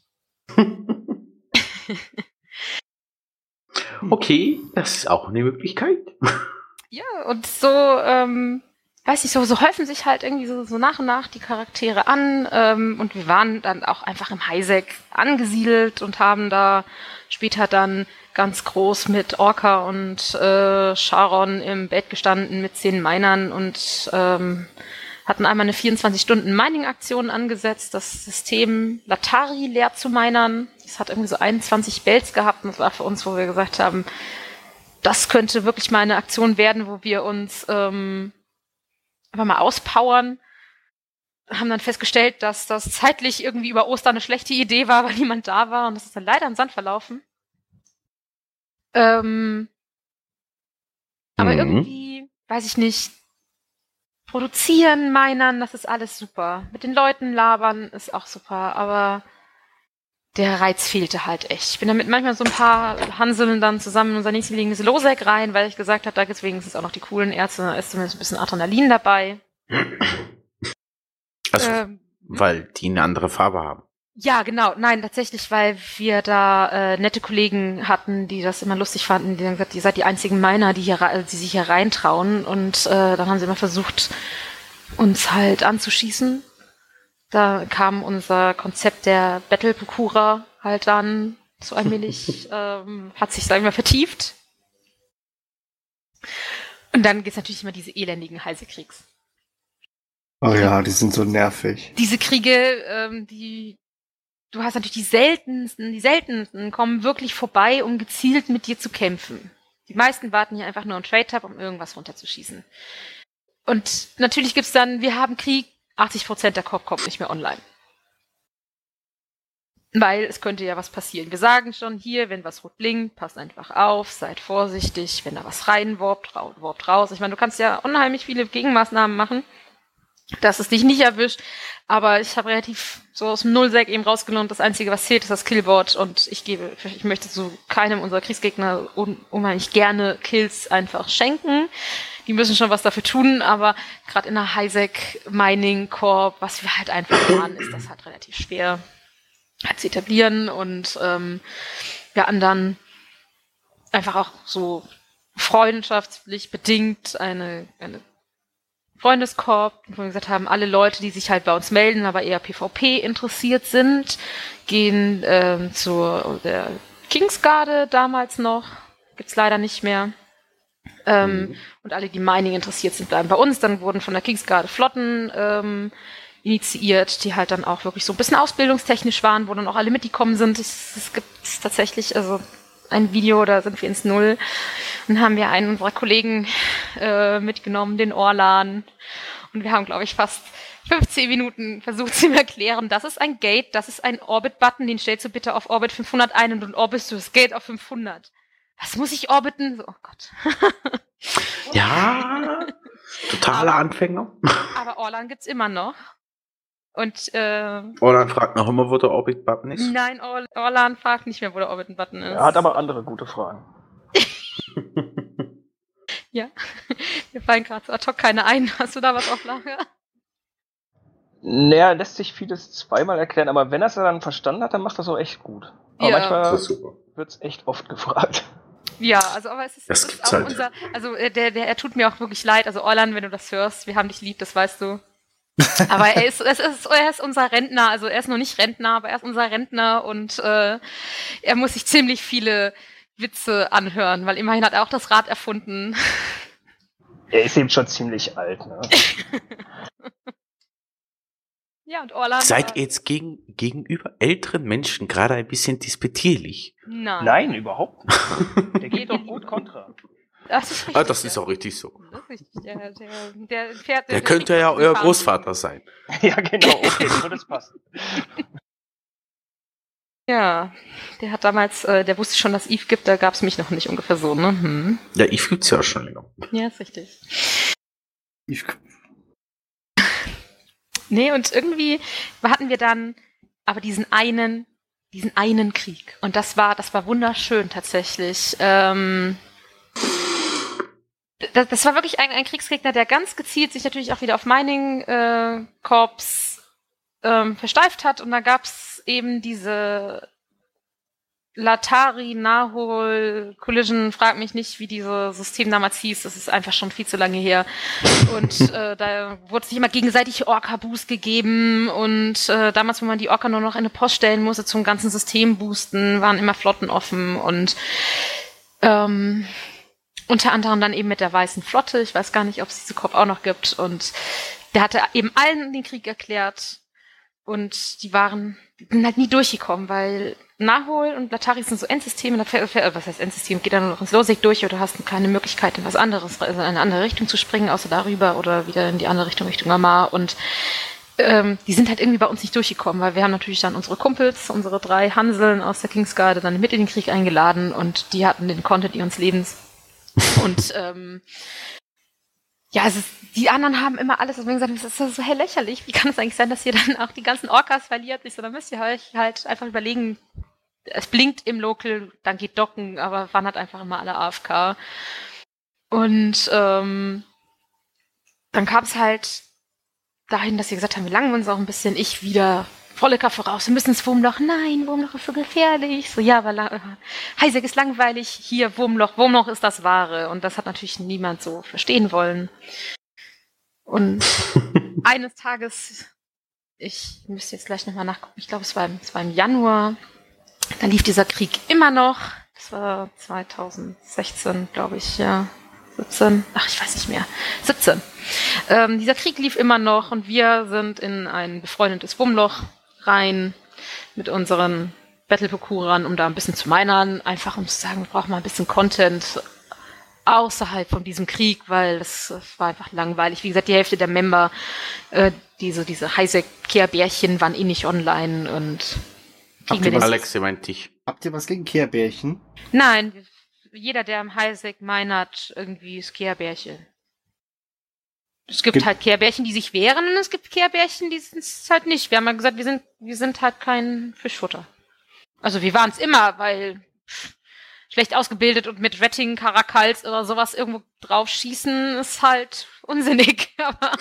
Okay, das ist auch eine Möglichkeit. Ja, und so, ähm, weiß nicht, so, so häufen sich halt irgendwie so, so nach und nach die Charaktere an. Ähm, und wir waren dann auch einfach im Highsec angesiedelt und haben da später dann ganz groß mit Orca und äh, Charon im Bett gestanden mit zehn Minern und ähm, hatten einmal eine vierundzwanzig-Stunden-Mining-Aktion angesetzt, das System Latari leer zu minern. Das hat irgendwie so einundzwanzig Bells gehabt und das war für uns, wo wir gesagt haben, das könnte wirklich mal eine Aktion werden, wo wir uns ähm, einfach mal auspowern. Haben dann festgestellt, dass das zeitlich irgendwie über Ostern eine schlechte Idee war, weil niemand da war und das ist dann leider im Sand verlaufen. Ähm, aber Mhm. irgendwie, weiß ich nicht, produzieren, minern, das ist alles super. Mit den Leuten labern ist auch super, aber der Reiz fehlte halt echt. Ich bin damit manchmal so ein paar Hanseln dann zusammen in unser nächstliegende Losec rein, weil ich gesagt habe, da gibt es wenigstens auch noch die coolen Ärzte, da ist zumindest ein bisschen Adrenalin dabei. Also, Ähm, weil die eine andere Farbe haben. Ja, genau. Nein, tatsächlich, weil wir da äh, nette Kollegen hatten, die das immer lustig fanden. Die haben gesagt, ihr seid die einzigen Miner, die, hier, re- die sich hier reintrauen. Und äh, dann haben sie immer versucht, uns halt anzuschießen. Da kam unser Konzept der Battle-Prokura halt dann so allmählich, ähm, hat sich, sagen wir, vertieft. Und dann gibt's natürlich immer diese elendigen Heisekriegs. Oh ja, die sind so nervig. Diese Kriege, ähm, die du hast natürlich die seltensten, die seltensten kommen wirklich vorbei, um gezielt mit dir zu kämpfen. Die meisten warten hier einfach nur im Trade-Tab, um irgendwas runterzuschießen. Und natürlich gibt's dann, wir haben Krieg, achtzig Prozent der Korb kommt nicht mehr online. Weil es könnte ja was passieren. Wir sagen schon hier, wenn was rot blinkt, passt einfach auf, seid vorsichtig, wenn da was reinworbt, worbt raus. Ich meine, du kannst ja unheimlich viele Gegenmaßnahmen machen, dass es dich nicht erwischt, aber ich habe relativ so aus dem Nullsec eben rausgenommen, das Einzige, was zählt, ist das Killboard und ich gebe, ich möchte zu keinem unserer Kriegsgegner un- unheimlich gerne Kills einfach schenken. Die müssen schon was dafür tun, aber gerade in der Highsec Mining Corp, was wir halt einfach waren, ist das halt relativ schwer halt zu etablieren und ähm, wir anderen einfach auch so freundschaftlich bedingt eine, eine Freundeskorb, wo wir gesagt haben, alle Leute, die sich halt bei uns melden, aber eher PvP interessiert sind, gehen ähm, zu der Kingsgarde damals noch, gibt's leider nicht mehr. Ähm, mhm. Und alle, die Mining interessiert sind, bleiben bei uns. Dann wurden von der Kingsgarde Flotten ähm, initiiert, die halt dann auch wirklich so ein bisschen ausbildungstechnisch waren, wo dann auch alle mitgekommen sind. Es, es gibt tatsächlich also ein Video, da sind wir ins Null und haben wir einen unserer Kollegen äh, mitgenommen, den Orlan. Und wir haben, glaube ich, fast fünfzehn Minuten versucht zu ihm erklären, das ist ein Gate, das ist ein Orbit-Button, den stellst du bitte auf Orbit fünfhundert ein und dann orbitest du das Gate auf fünfhundert. Was muss ich orbiten? So, oh Gott. Ja, totaler Anfänger. Aber Orlan gibt's immer noch. Und, äh, Orlan fragt noch immer, wo der Orbit-Button ist. Nein, Or- Orlan fragt nicht mehr, wo der Orbit-Button ist. Er hat aber andere gute Fragen. Ja, mir fallen gerade so ad hoc keine ein. Hast du da was auf Lager? Naja, lässt sich vieles zweimal erklären, aber wenn er es dann verstanden hat, dann macht er es auch echt gut. Aber Ja. manchmal Das ist super. wird's echt oft gefragt. Ja, also aber es ist, Das es ist gibt's auch halt. unser, also äh, der, der, er tut mir auch wirklich leid. Also Orlan, wenn du das hörst, wir haben dich lieb, das weißt du. Aber er ist, es ist, er ist unser Rentner, also er ist noch nicht Rentner, aber er ist unser Rentner und äh, er muss sich ziemlich viele Witze anhören, weil immerhin hat er auch das Rad erfunden. Er ist eben schon ziemlich alt, ne? Ja, und Orlan. Seid ihr jetzt gegen, gegenüber älteren Menschen gerade ein bisschen disputierlich? Nein. Nein, überhaupt nicht. Der geht doch gut kontra. Das ist richtig. Ah, das ist ja. auch richtig so. Das ist richtig. Der, der, der, fährt, Der könnte ja euer Großvater sein. Ja, genau, okay, so würde es passen. Ja, der hat damals, äh, der wusste schon, dass Eve gibt, da gab's mich noch nicht ungefähr so, ne? Hm. Ja, Eve gibt's ja auch schon länger. Ja, ist richtig. Ich, Nee, und irgendwie hatten wir dann aber diesen einen, diesen einen Krieg. Und das war, das war wunderschön tatsächlich. Ähm, das, das war wirklich ein, ein Kriegsgegner, der ganz gezielt sich natürlich auch wieder auf Mining äh, Corps ähm, versteift hat. Und da gab's eben diese Latari, Nahol, Collision, frag mich nicht, wie dieses System damals hieß, das ist einfach schon viel zu lange her. Und äh, da wurde sich immer gegenseitig Orca-Boost gegeben und äh, damals, wo man die Orca nur noch in eine Post stellen musste zum ganzen System boosten, waren immer Flotten offen und ähm, unter anderem dann eben mit der Weißen Flotte, ich weiß gar nicht, ob es diese Corps auch noch gibt, und der hatte eben allen den Krieg erklärt und die waren die sind halt nie durchgekommen, weil Nahol und Latari sind so Endsysteme, da fährt, was heißt Endsystem, geht dann nur noch ins Losig durch oder hast keine Möglichkeit, in was anderes, also in eine andere Richtung zu springen, außer darüber oder wieder in die andere Richtung, Richtung Amar, und ähm, die sind halt irgendwie bei uns nicht durchgekommen, weil wir haben natürlich dann unsere Kumpels, unsere drei Hanseln aus der Kingsguarde dann mit in den Krieg eingeladen und die hatten den Content ihres Lebens und ähm, ja, es ist, die anderen haben immer alles, deswegen gesagt, das ist so hell lächerlich. Wie kann es eigentlich sein, dass ihr dann auch die ganzen Orcas verliert? Ich so, dann müsst ihr euch halt einfach überlegen, es blinkt im Local, dann geht docken, aber waren halt einfach immer alle A F K. Und ähm, dann kam es halt dahin, dass sie gesagt haben, wir langen uns auch ein bisschen, ich wieder volle Kaffee raus, wir müssen ins Wurmloch. Nein, Wurmloch ist so gefährlich. So, ja, aber la- Heisek ist langweilig. Hier, Wurmloch. Wurmloch ist das Wahre. Und das hat natürlich niemand so verstehen wollen. Und eines Tages, ich müsste jetzt gleich nochmal nachgucken, ich glaube, es war, im, es war im Januar, da lief dieser Krieg immer noch. Das war zwanzig sechzehn, glaube ich, ja. siebzehn, ach, ich weiß nicht mehr. siebzehn. Ähm, dieser Krieg lief immer noch und wir sind in ein befreundetes Wurmloch rein mit unseren Battle-Parcourern, um da ein bisschen zu minern, einfach um zu sagen, wir brauchen mal ein bisschen Content außerhalb von diesem Krieg, weil das, das war einfach langweilig. Wie gesagt, die Hälfte der Member, äh, diese, diese Heisek-Kehr-Bärchen waren eh nicht online und Habt ihr Alex, meinte ich. Habt ihr was gegen Kehrbärchen? Nein, jeder, der am Heisek minert, irgendwie ist Kehrbärchen. Es gibt, gibt halt Kehrbärchen, die sich wehren, und es gibt Kehrbärchen, die sind es halt nicht. Wir haben ja gesagt, wir sind, wir sind halt kein Fischfutter. Also wir waren es immer, weil pff, schlecht ausgebildet und mit Retting, Karakals oder sowas irgendwo drauf schießen ist halt unsinnig. Aber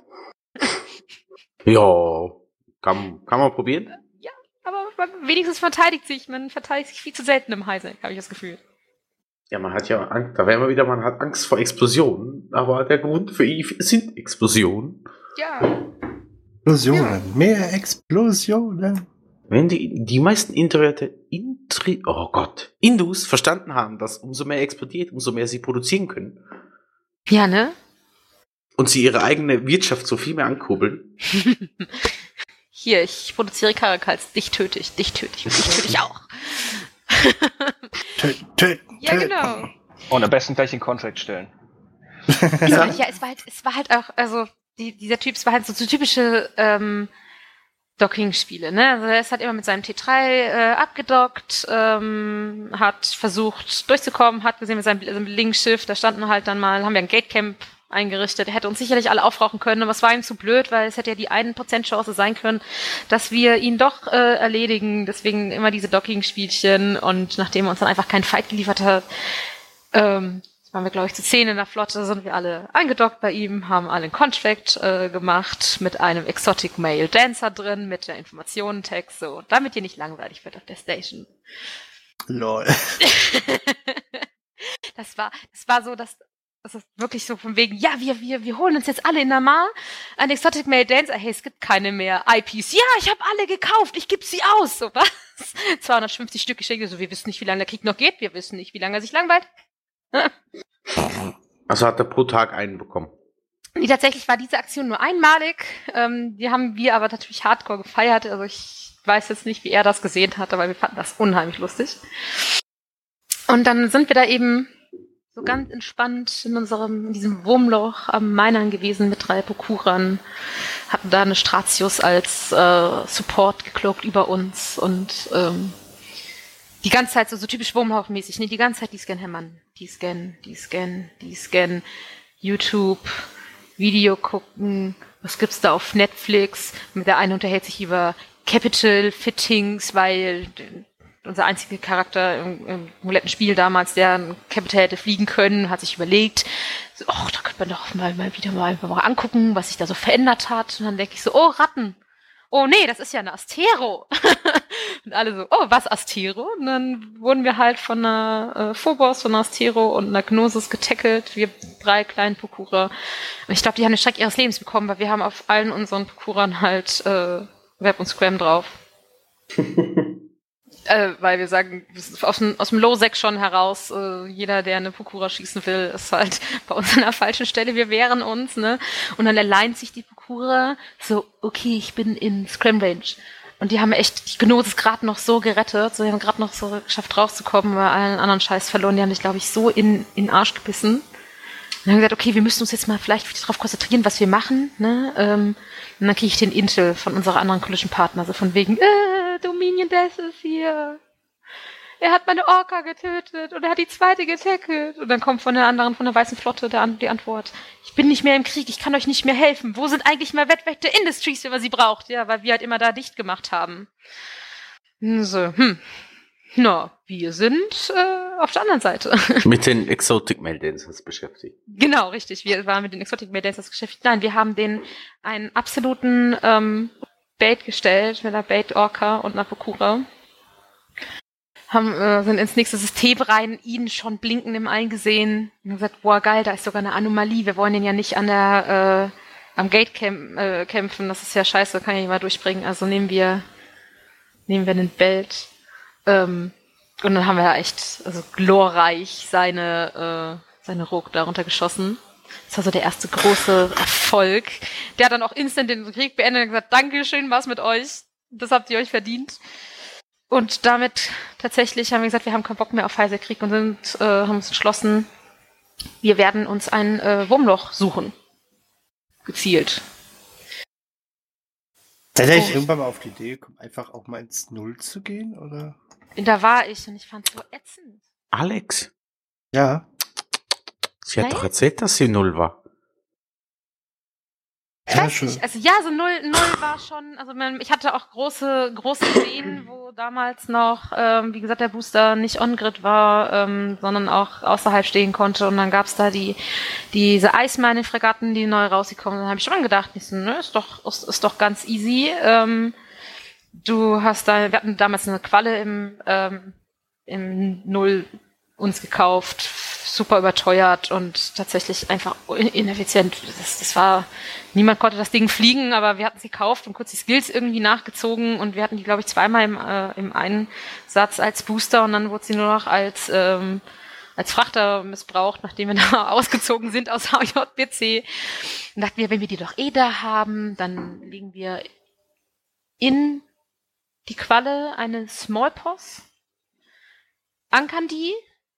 ja, kann, kann man probieren. Ja, aber wenigstens verteidigt sich. Man verteidigt sich viel zu selten im Heisek, habe ich das Gefühl. Ja, man hat ja Angst, da wären wir wieder, man hat Angst vor Explosionen, aber der Grund für Eve sind Explosionen. Ja. Explosionen, Ja. Mehr Explosionen. Wenn die, die meisten Introverte, Intri, oh Gott, Indus verstanden haben, dass umso mehr explodiert, umso mehr sie produzieren können. Ja, ne? Und sie ihre eigene Wirtschaft so viel mehr ankurbeln. Hier, ich produziere Karakals, dich töte ich, dich töte ich und dich töte ich auch. Töten, töten, Ja, töten. genau. Und am besten gleich den Contract stellen. Ja, ja, es war halt, es war halt auch, also die, dieser Typ, es war halt so, so typische ähm, Docking-Spiele, ne? Also er ist halt immer mit seinem T drei äh, abgedockt, ähm, hat versucht durchzukommen, hat gesehen mit seinem, also mit Linkschiff, da standen halt dann mal, haben wir ein Gatecamp eingerichtet, er hätte uns sicherlich alle aufrauchen können, aber es war ihm zu blöd, weil es hätte ja die eine Prozent Chance sein können, dass wir ihn doch äh, erledigen, deswegen immer diese Docking-Spielchen, und nachdem er uns dann einfach keinen Fight geliefert hat, ähm, waren wir, glaube ich, zu zehn in der Flotte, sind wir alle eingedockt bei ihm, haben alle einen Contract äh, gemacht mit einem Exotic Male Dancer drin, mit der Informationentext, so, damit ihr nicht langweilig wird auf der Station. Lol. Das war, das war so, dass das ist wirklich so von wegen, ja, wir, wir, wir holen uns jetzt alle in Amar ein Exotic Male Dancer. Hey, es gibt keine mehr I Ps. Ja, ich habe alle gekauft, ich gebe sie aus. So, was? zweihundertfünfzig Stück geschenkt. So, wir wissen nicht, wie lange der Krieg noch geht. Wir wissen nicht, wie lange er sich langweilt. Also hat er pro Tag einen bekommen. Nee, tatsächlich war diese Aktion nur einmalig. Ähm, die haben wir aber natürlich hardcore gefeiert. Also ich weiß jetzt nicht, wie er das gesehen hat, aber wir fanden das unheimlich lustig. Und dann sind wir da eben so ganz entspannt in unserem, in diesem Wurmloch am Minern gewesen mit drei Parcourern, hatten da eine Stratius als äh, Support gekloakt über uns und ähm, die ganze Zeit so, so typisch Wurmloch-mäßig, ne? Die ganze Zeit die Scan hämmern, die Scan, die Scan, die Scan, YouTube, Video gucken, was gibt's da auf Netflix? Der eine unterhält sich über Capital Fittings, weil unser einziger Charakter im, im kompletten Spiel damals, der ein Capital hätte fliegen können, hat sich überlegt, so, ach, da könnte man doch mal, mal wieder mal, mal angucken, was sich da so verändert hat. Und dann denke ich so, oh, Ratten. Oh nee, das ist ja eine Astero. Und alle so, oh, was Astero? Und dann wurden wir halt von einer äh, Phobos, von einer Astero und einer Gnosis getackelt, wir drei kleinen Pukurer. Und ich glaube, die haben den Schreck ihres Lebens bekommen, weil wir haben auf allen unseren Pukurern halt äh, Web und Scram drauf. äh, weil wir sagen, aus dem, aus dem Low-Sec schon heraus, äh, jeder, der eine Pukura schießen will, ist halt bei uns an der falschen Stelle, wir wehren uns, ne? Und dann alleint sich die Pukura so, okay, ich bin in Scram-Range. Und die haben echt, die Gnosis gerade noch so gerettet, so, die haben gerade noch so geschafft rauszukommen, weil allen anderen Scheiß verloren, die haben sich, glaube ich, so in, in den Arsch gebissen. Und haben gesagt, okay, wir müssen uns jetzt mal vielleicht darauf konzentrieren, was wir machen, ne? Ähm, und dann kriege ich den Intel von unserer anderen Collision-Partner, so von wegen, äh, Dominion Death ist hier. Er hat meine Orca getötet und er hat die zweite getackelt. Und dann kommt von der anderen, von der Weißen Flotte der, die Antwort, ich bin nicht mehr im Krieg, ich kann euch nicht mehr helfen. Wo sind eigentlich mal Wettwächter Industries, wenn man sie braucht? Ja, weil wir halt immer da dicht gemacht haben. So, hm. Na, wir sind äh, auf der anderen Seite. Mit den Exotic Mail Dancers beschäftigt. Genau, richtig. Wir waren mit den Exotic Mail Dancers beschäftigt. Nein, wir haben den einen absoluten ähm, Bait gestellt mit einer Bait-Orca und einer Pukura. Haben, äh, sind ins nächste System rein, ihn schon blinkend im All gesehen und gesagt, boah, geil, da ist sogar eine Anomalie. Wir wollen den ja nicht an der äh, am Gate kämp- äh, kämpfen. Das ist ja scheiße, kann ich nicht mal durchbringen. Also nehmen wir nehmen wir den Belt. Ähm, und dann haben wir da echt, also glorreich seine, äh, seine Rogue darunter geschossen. Das war so der erste große Erfolg. Der hat dann auch instant den Krieg beendet und gesagt, Dankeschön, was mit euch. Das habt ihr euch verdient. Und damit tatsächlich haben wir gesagt, wir haben keinen Bock mehr auf Heisekrieg und sind, äh, haben uns entschlossen, wir werden uns ein äh, Wurmloch suchen. Gezielt. Seid ihr oh. irgendwann mal auf die Idee gekommen, einfach auch mal ins Null zu gehen, oder? Da war ich und ich fand's so ätzend. Alex? Ja? Sie hat Nein? doch erzählt, dass sie null war. Ich Ja, weiß schon. nicht, also ja, so null, null war schon, also man, ich hatte auch große, große Ideen, wo damals noch, ähm, wie gesagt, der Booster nicht on-grid war, ähm, sondern auch außerhalb stehen konnte und dann gab's da die, diese Eismine-Fregatten, die neu rausgekommen sind, dann habe ich schon gedacht, ich so, ne, ist doch, ist, ist doch ganz easy, ähm, du hast da, wir hatten damals eine Qualle im, ähm, im Null uns gekauft, super überteuert und tatsächlich einfach ineffizient. Das, das war, niemand konnte das Ding fliegen, aber wir hatten sie gekauft und kurz die Skills irgendwie nachgezogen und wir hatten die, glaube ich, zweimal im, äh, im Einsatz als Booster und dann wurde sie nur noch als, ähm, als Frachter missbraucht, nachdem wir da ausgezogen sind aus H J B C. Und dachten wir, wenn wir die doch eh da haben, dann legen wir in die Qualle eine Smallposs, ankern die,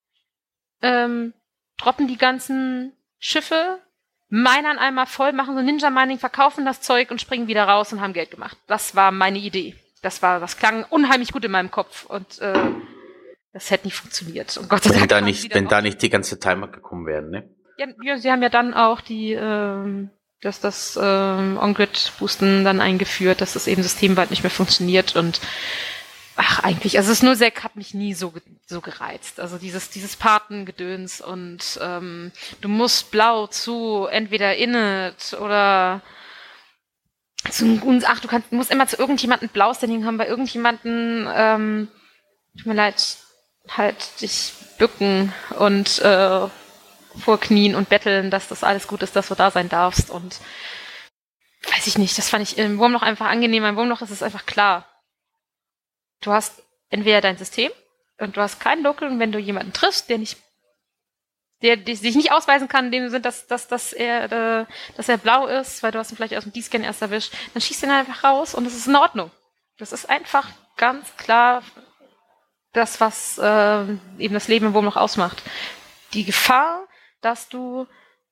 Ähm, droppen die ganzen Schiffe, minern einmal voll, machen so Ninja-Mining, verkaufen das Zeug und springen wieder raus und haben Geld gemacht. Das war meine Idee. Das war, das klang unheimlich gut in meinem Kopf und äh, das hätte nicht funktioniert. Und Gott sei Wenn Dank da haben nicht, sie dann wenn auch- da nicht die ganze Timer gekommen wären, ne? Ja, ja, sie haben ja dann auch die, ähm, dass das ähm, On-Grid-Boosten dann eingeführt, dass das eben systemweit nicht mehr funktioniert und ach, eigentlich, also das Nullsec hat mich nie so, ge- so gereizt. Also dieses, dieses Patengedöns und ähm, du musst blau zu entweder Init oder zu uns, ach, du kannst, musst immer zu irgendjemandem Blau-Standing haben, bei irgendjemanden, ähm, tut mir leid, halt dich bücken und äh, vorknien und betteln, dass das alles gut ist, dass du da sein darfst und weiß ich nicht, das fand ich im Wurmloch einfach angenehm. Im Wurmloch ist es einfach klar. Du hast entweder dein System und du hast keinen Local und wenn du jemanden triffst, der nicht, der, der sich nicht ausweisen kann, in dem Sinne, dass, dass, dass er, äh, dass er blau ist, weil du hast ihn vielleicht aus dem D-Scan erst erwischt, dann schießt ihn einfach raus und es ist in Ordnung. Das ist einfach ganz klar das, was äh, eben das Leben im Wurmloch ausmacht. Die Gefahr, dass du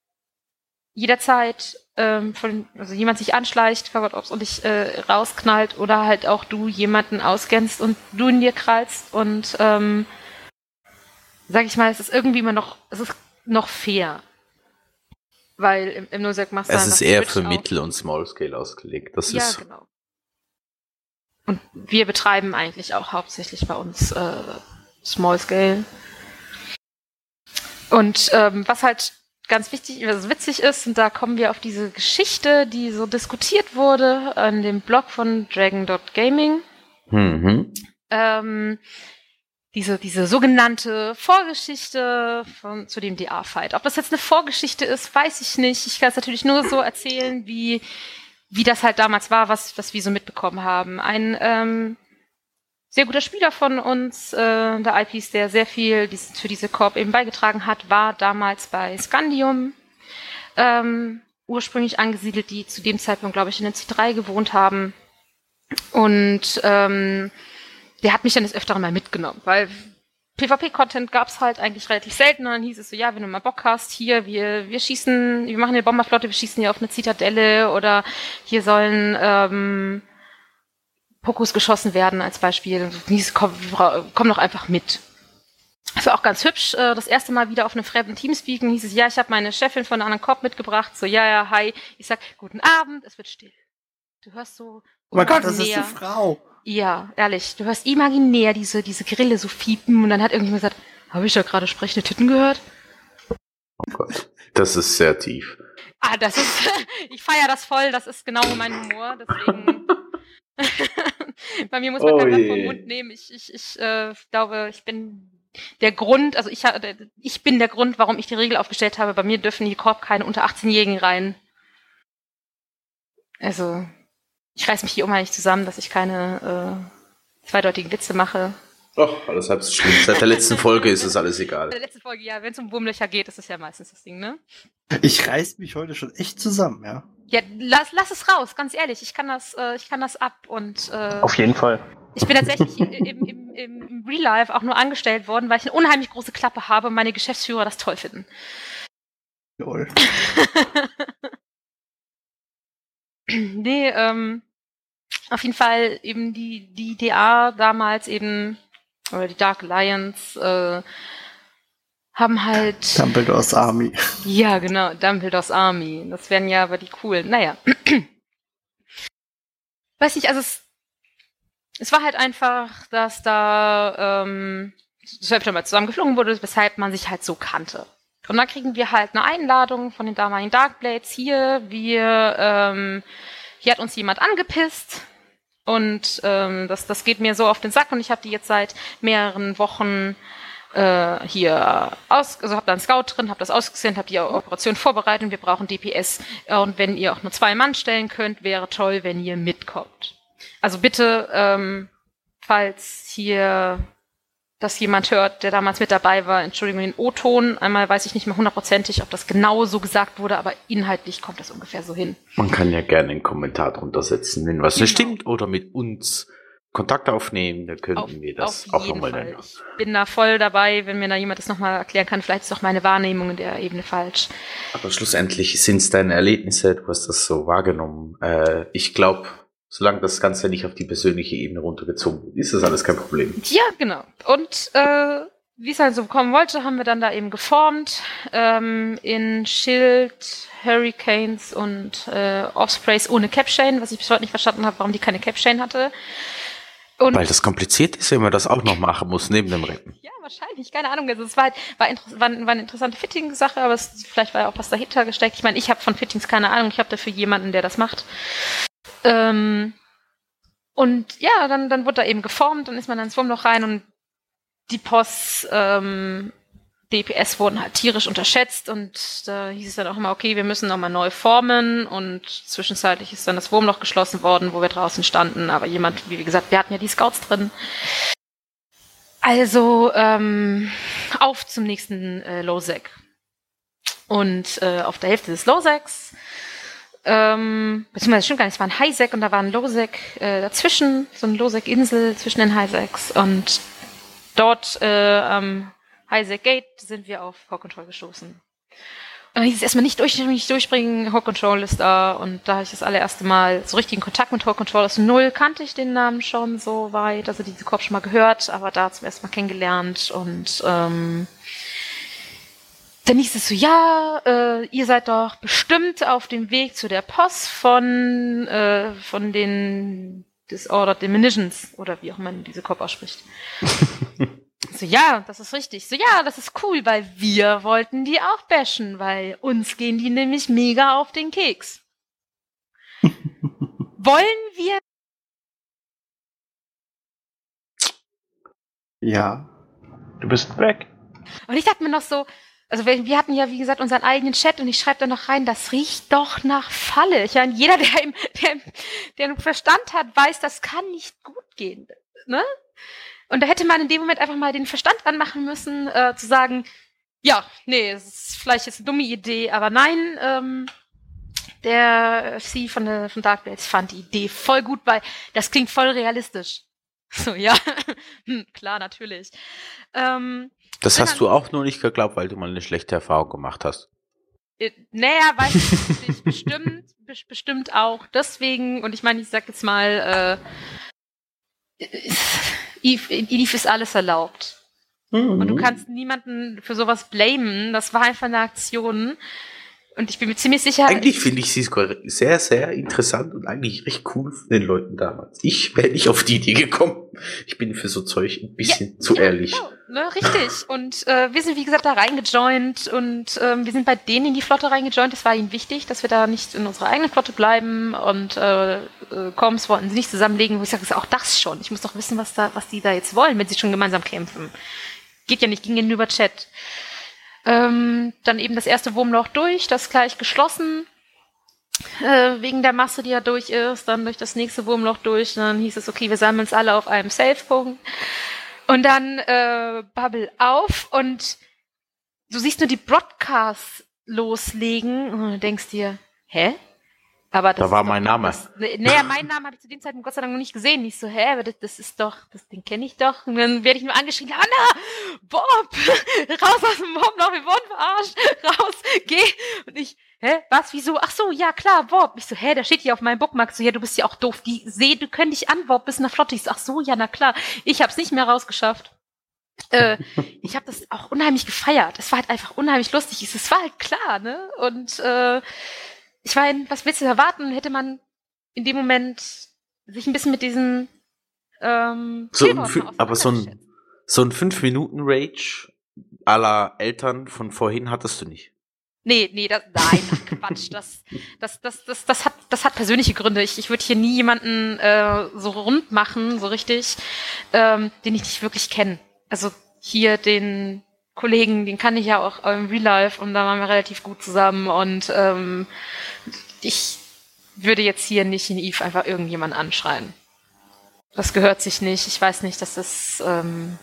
jederzeit ähm, von, also jemand sich anschleicht, Covered Ops und dich äh, rausknallt oder halt auch du jemanden ausgrenzt und du in dir krallst und ähm, sag ich mal, es ist irgendwie immer noch, es ist noch fair. Weil im, im Nosec machst du Es einfach ist eher Switch für auf. Mittel- und Small-Scale ausgelegt. Das Ja, ist genau. Und wir betreiben eigentlich auch hauptsächlich bei uns äh, Small Scale. Und ähm, was halt ganz wichtig, was witzig ist, und da kommen wir auf diese Geschichte, die so diskutiert wurde an dem Blog von Dragon Dot Gaming. Mhm. Ähm, diese, diese sogenannte Vorgeschichte von, zu dem D A-Fight. Ob das jetzt eine Vorgeschichte ist, weiß ich nicht. Ich kann es natürlich nur so erzählen, wie wie das halt damals war, was, was wir so mitbekommen haben. Ein ähm, sehr guter Spieler von uns, äh, der I Ps, der sehr viel dies, für diese Corp eben beigetragen hat, war damals bei Scandium ähm, ursprünglich angesiedelt, die zu dem Zeitpunkt, glaube ich, in der C drei gewohnt haben. Und ähm, der hat mich dann des Öfteren mal mitgenommen, weil PvP-Content gab's halt eigentlich relativ selten. Und dann hieß es so, ja, wenn du mal Bock hast, hier, wir wir schießen, wir machen eine Bomberflotte, wir schießen hier auf eine Zitadelle oder hier sollen ähm, Pokus geschossen werden als Beispiel. Hieß, komm, komm doch einfach mit. Das war auch ganz hübsch. Das erste Mal wieder auf einem fremden Teamspeaken hieß es, ja, ich habe meine Chefin von einer anderen Corp mitgebracht. So, ja, ja, hi. Ich sag, guten Abend, es wird still. Du hörst so Oh mein Gott, das ist imaginär- eine Frau. Ja, ehrlich. Du hörst imaginär diese, diese Grille so fiepen und dann hat irgendjemand gesagt, habe ich ja gerade sprechende Titten gehört? Oh Gott. Das ist sehr tief. Ah, das ist, ich feiere das voll, das ist genau mein Humor, deswegen, bei mir muss man Oh kein Blatt je. vom Mund nehmen. Ich, ich, ich äh, glaube, ich bin der Grund, also ich, ha- ich bin der Grund, warum ich die Regel aufgestellt habe, bei mir dürfen in die Korb keine unter achtzehnjährigen rein. Also, ich reiß mich hier unheimlich zusammen, dass ich keine äh, zweideutigen Witze mache. Ach, alles halb so schlimm. Seit der letzten Folge ist es alles In egal. der letzten Folge, ja, wenn es um Wurmlöcher geht, ist das ja meistens das Ding, ne? Ich reiß mich heute schon echt zusammen, ja. Ja, lass, lass es raus, ganz ehrlich. Ich kann das, äh, ich kann das ab und äh, Auf jeden Fall. ich bin tatsächlich im, im, im, im Real Life auch nur angestellt worden, weil ich eine unheimlich große Klappe habe und meine Geschäftsführer das toll finden. Lol. Nee, ähm, auf jeden Fall eben die, die D A damals eben, oder die Dark Alliance, äh, haben halt, Dumbledores Army. ja genau, Dumbledores Army. Das wären ja aber die coolen. Naja. Weiß nicht, also es, es war halt einfach, dass da ähm, das öfter mal zusammengeflogen wurde, weshalb man sich halt so kannte. Und dann kriegen wir halt eine Einladung von den damaligen Darkblades hier. Wir, ähm, hier hat uns jemand angepisst und ähm, das, das geht mir so auf den Sack und ich habe die jetzt seit mehreren Wochen äh, hier aus, also habe da einen Scout drin, habe das ausgesehen, habe die Operation vorbereitet und wir brauchen D P S und wenn ihr auch nur zwei Mann stellen könnt, wäre toll, wenn ihr mitkommt. Also bitte, ähm, falls hier das jemand hört, der damals mit dabei war, Entschuldigung, den O-Ton. Einmal weiß ich nicht mehr hundertprozentig, ob das genau so gesagt wurde, aber inhaltlich kommt das ungefähr so hin. Man kann ja gerne einen Kommentar drunter setzen, wenn was nicht Genau. stimmt oder mit uns Kontakt aufnehmen, dann könnten Auf, wir das auf auch jeden nochmal Fall. nennen. Ich bin da voll dabei, wenn mir da jemand das nochmal erklären kann. Vielleicht ist auch meine Wahrnehmung in der Ebene falsch. Aber schlussendlich sind es deine Erlebnisse, du hast das so wahrgenommen. Äh, ich glaube, solange das Ganze nicht auf die persönliche Ebene runtergezogen wird, ist das alles kein Problem. Ja, genau. Und äh, wie es halt so kommen wollte, haben wir dann da eben geformt ähm, in Shield, Hurricanes und äh, Ospreys ohne Capchain, was ich bis heute nicht verstanden habe, warum die keine Capchain hatte. Und Weil das kompliziert ist, wenn man das auch noch machen muss, neben dem Rennen. ja, wahrscheinlich, keine Ahnung. Also es war, halt, war, inter- war, war eine interessante Fitting-Sache, aber es, vielleicht war ja auch was dahinter gesteckt. Ich meine, ich habe von Fittings keine Ahnung, ich habe dafür jemanden, der das macht. Ähm, und ja, dann, dann wurde da eben geformt, dann ist man ins Wurmloch rein und die P O S, ähm, D P S wurden halt tierisch unterschätzt und da hieß es dann auch immer, okay, wir müssen nochmal neu formen und zwischenzeitlich ist dann das Wurmloch geschlossen worden, wo wir draußen standen, aber jemand, wie gesagt, wir hatten ja die Scouts drin. Also, ähm, auf zum nächsten äh, Lowsec. Und äh, auf der Hälfte des Lowsecs Ähm, beziehungsweise stimmt gar nicht, es war ein Highsec und da war ein Lowsec äh, dazwischen, so eine Lowsec-Insel zwischen den Highsecs und dort äh, am Highsec Gate sind wir auf Hawk Control gestoßen. Und dann hieß es erstmal nicht, durch, nicht durchbringen, Hawk Control ist da und da habe ich das allererste Mal so richtigen Kontakt mit Hawk Control aus null, kannte ich den Namen schon so weit, also diese Korb schon mal gehört, aber da zum ersten Mal kennengelernt und ähm, dann hieß es so, ja, äh, ihr seid doch bestimmt auf dem Weg zu der Post von, äh, von den Disordered Diminutions oder wie auch man diese Kopf ausspricht. So, ja, das ist richtig. So, ja, das ist cool, weil wir wollten die auch bashen, weil uns gehen die nämlich mega auf den Keks. Wollen wir? Ja. Du bist weg. Und ich dachte mir noch so, also wir, wir hatten ja, wie gesagt, unseren eigenen Chat und ich schreibe da noch rein, das riecht doch nach Falle. Ich meine, jeder, der, im, der, der einen Verstand hat, weiß, das kann nicht gut gehen. Ne? Und da hätte man in dem Moment einfach mal den Verstand anmachen müssen, äh, zu sagen, ja, nee, es ist vielleicht jetzt eine dumme Idee, aber nein, ähm, der F C von, der, von Dark Blades fand die Idee voll gut, weil das klingt voll realistisch. So, ja, hm, klar, natürlich. Ähm, das hast du auch nur nicht geglaubt, weil du mal eine schlechte Erfahrung gemacht hast. Äh, naja, weiß ich nicht, bestimmt, be- bestimmt auch deswegen, und ich meine, ich sag jetzt mal, äh, Eve, in Eve ist alles erlaubt. Mhm. Und du kannst niemanden für sowas blamen, das war einfach eine Aktion. Und ich bin mir ziemlich sicher... Eigentlich finde ich sie sogar sehr, sehr interessant und eigentlich recht cool von den Leuten damals. Ich wäre nicht auf die Idee gekommen. Ich bin für so Zeug ein bisschen ja, zu ja, ehrlich. Genau, ne, richtig. Und äh, wir sind, wie gesagt, da reingejoint und ähm, wir sind bei denen in die Flotte reingejoint. Es war ihnen wichtig, dass wir da nicht in unserer eigenen Flotte bleiben und äh, äh, Comms wollten sie nicht zusammenlegen. Wo ich sage, auch das schon. Ich muss doch wissen, was da, was die da jetzt wollen, wenn sie schon gemeinsam kämpfen. Geht ja nicht, ging ja nur über Chat. Ähm, dann eben das erste Wurmloch durch, das gleich geschlossen, äh, wegen der Masse, die ja durch ist, dann durch das nächste Wurmloch durch, dann hieß es, okay, wir sammeln uns alle auf einem Safe-Punkt und dann äh, Bubble auf und du siehst nur die Broadcasts loslegen und du denkst dir, hä? Aber das Da war ist doch, mein Name. Das, naja, meinen Namen habe ich zu dem Zeitpunkt Gott sei Dank noch nicht gesehen. Ich so, hä, aber das, das ist doch, das, den kenne ich doch. Und dann werde ich nur angeschrien, Anna, Bob, raus aus dem Wurmloch, wir wurden verarscht, raus, geh. Und ich, hä, was, wieso? Ach so, ja klar, Bob. Ich so, hä, da steht hier auf meinem Bookmark so, ja, du bist ja auch doof. Die seh, du können dich an, Bob, bist in der Flotte. Ich so, ach so, ja, na klar. Ich hab's nicht mehr rausgeschafft. äh, ich habe das auch unheimlich gefeiert. Es war halt einfach unheimlich lustig. Es war halt klar, ne? Und äh, ich meine, was willst du erwarten? Hätte man in dem Moment sich ein bisschen mit diesem ähm, so ein, Fü- aber so ein so ein fünf Minuten Rage à la Eltern von vorhin hattest du nicht. Nee, nee, das, nein, Quatsch. Das, das, das, das, das hat, das hat persönliche Gründe. Ich, ich würde hier nie jemanden äh, so rund machen, so richtig, ähm, den ich nicht wirklich kenne. Also hier den Kollegen, den kann ich ja auch im Real Life und da waren wir relativ gut zusammen und ähm, ich würde jetzt hier nicht in Eve einfach irgendjemanden anschreien. Das gehört sich nicht. Ich weiß nicht, dass das ähm,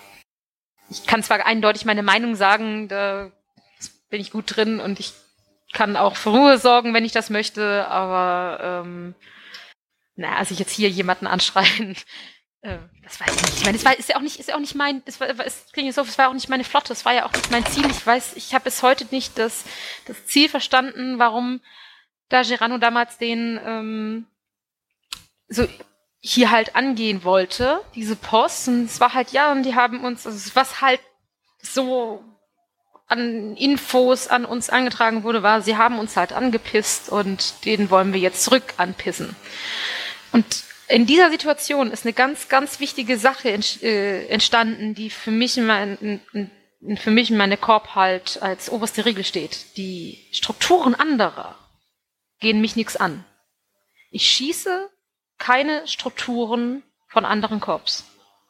ich kann zwar eindeutig meine Meinung sagen, da bin ich gut drin und ich kann auch für Ruhe sorgen, wenn ich das möchte, aber ähm, naja, also jetzt hier jemanden anschreien, äh, das weiß ich nicht. Ich meine, es war, ist ja auch nicht, ist ja auch nicht mein, es war, es klingt so, es war auch nicht meine Flotte, es war ja auch nicht mein Ziel. Ich weiß, ich habe bis heute nicht das, das Ziel verstanden, warum da Gerano damals den ähm, so hier halt angehen wollte, diese Post. Und es war halt, ja, und die haben uns, also was halt so an Infos an uns angetragen wurde, war, sie haben uns halt angepisst und den wollen wir jetzt zurück anpissen. Und in dieser Situation ist eine ganz, ganz wichtige Sache ent, äh, entstanden, die für mich in, mein, in, für mich in meine Korb halt als oberste Regel steht. Die Strukturen anderer gehen mich nichts an. Ich schieße keine Strukturen von anderen Korps.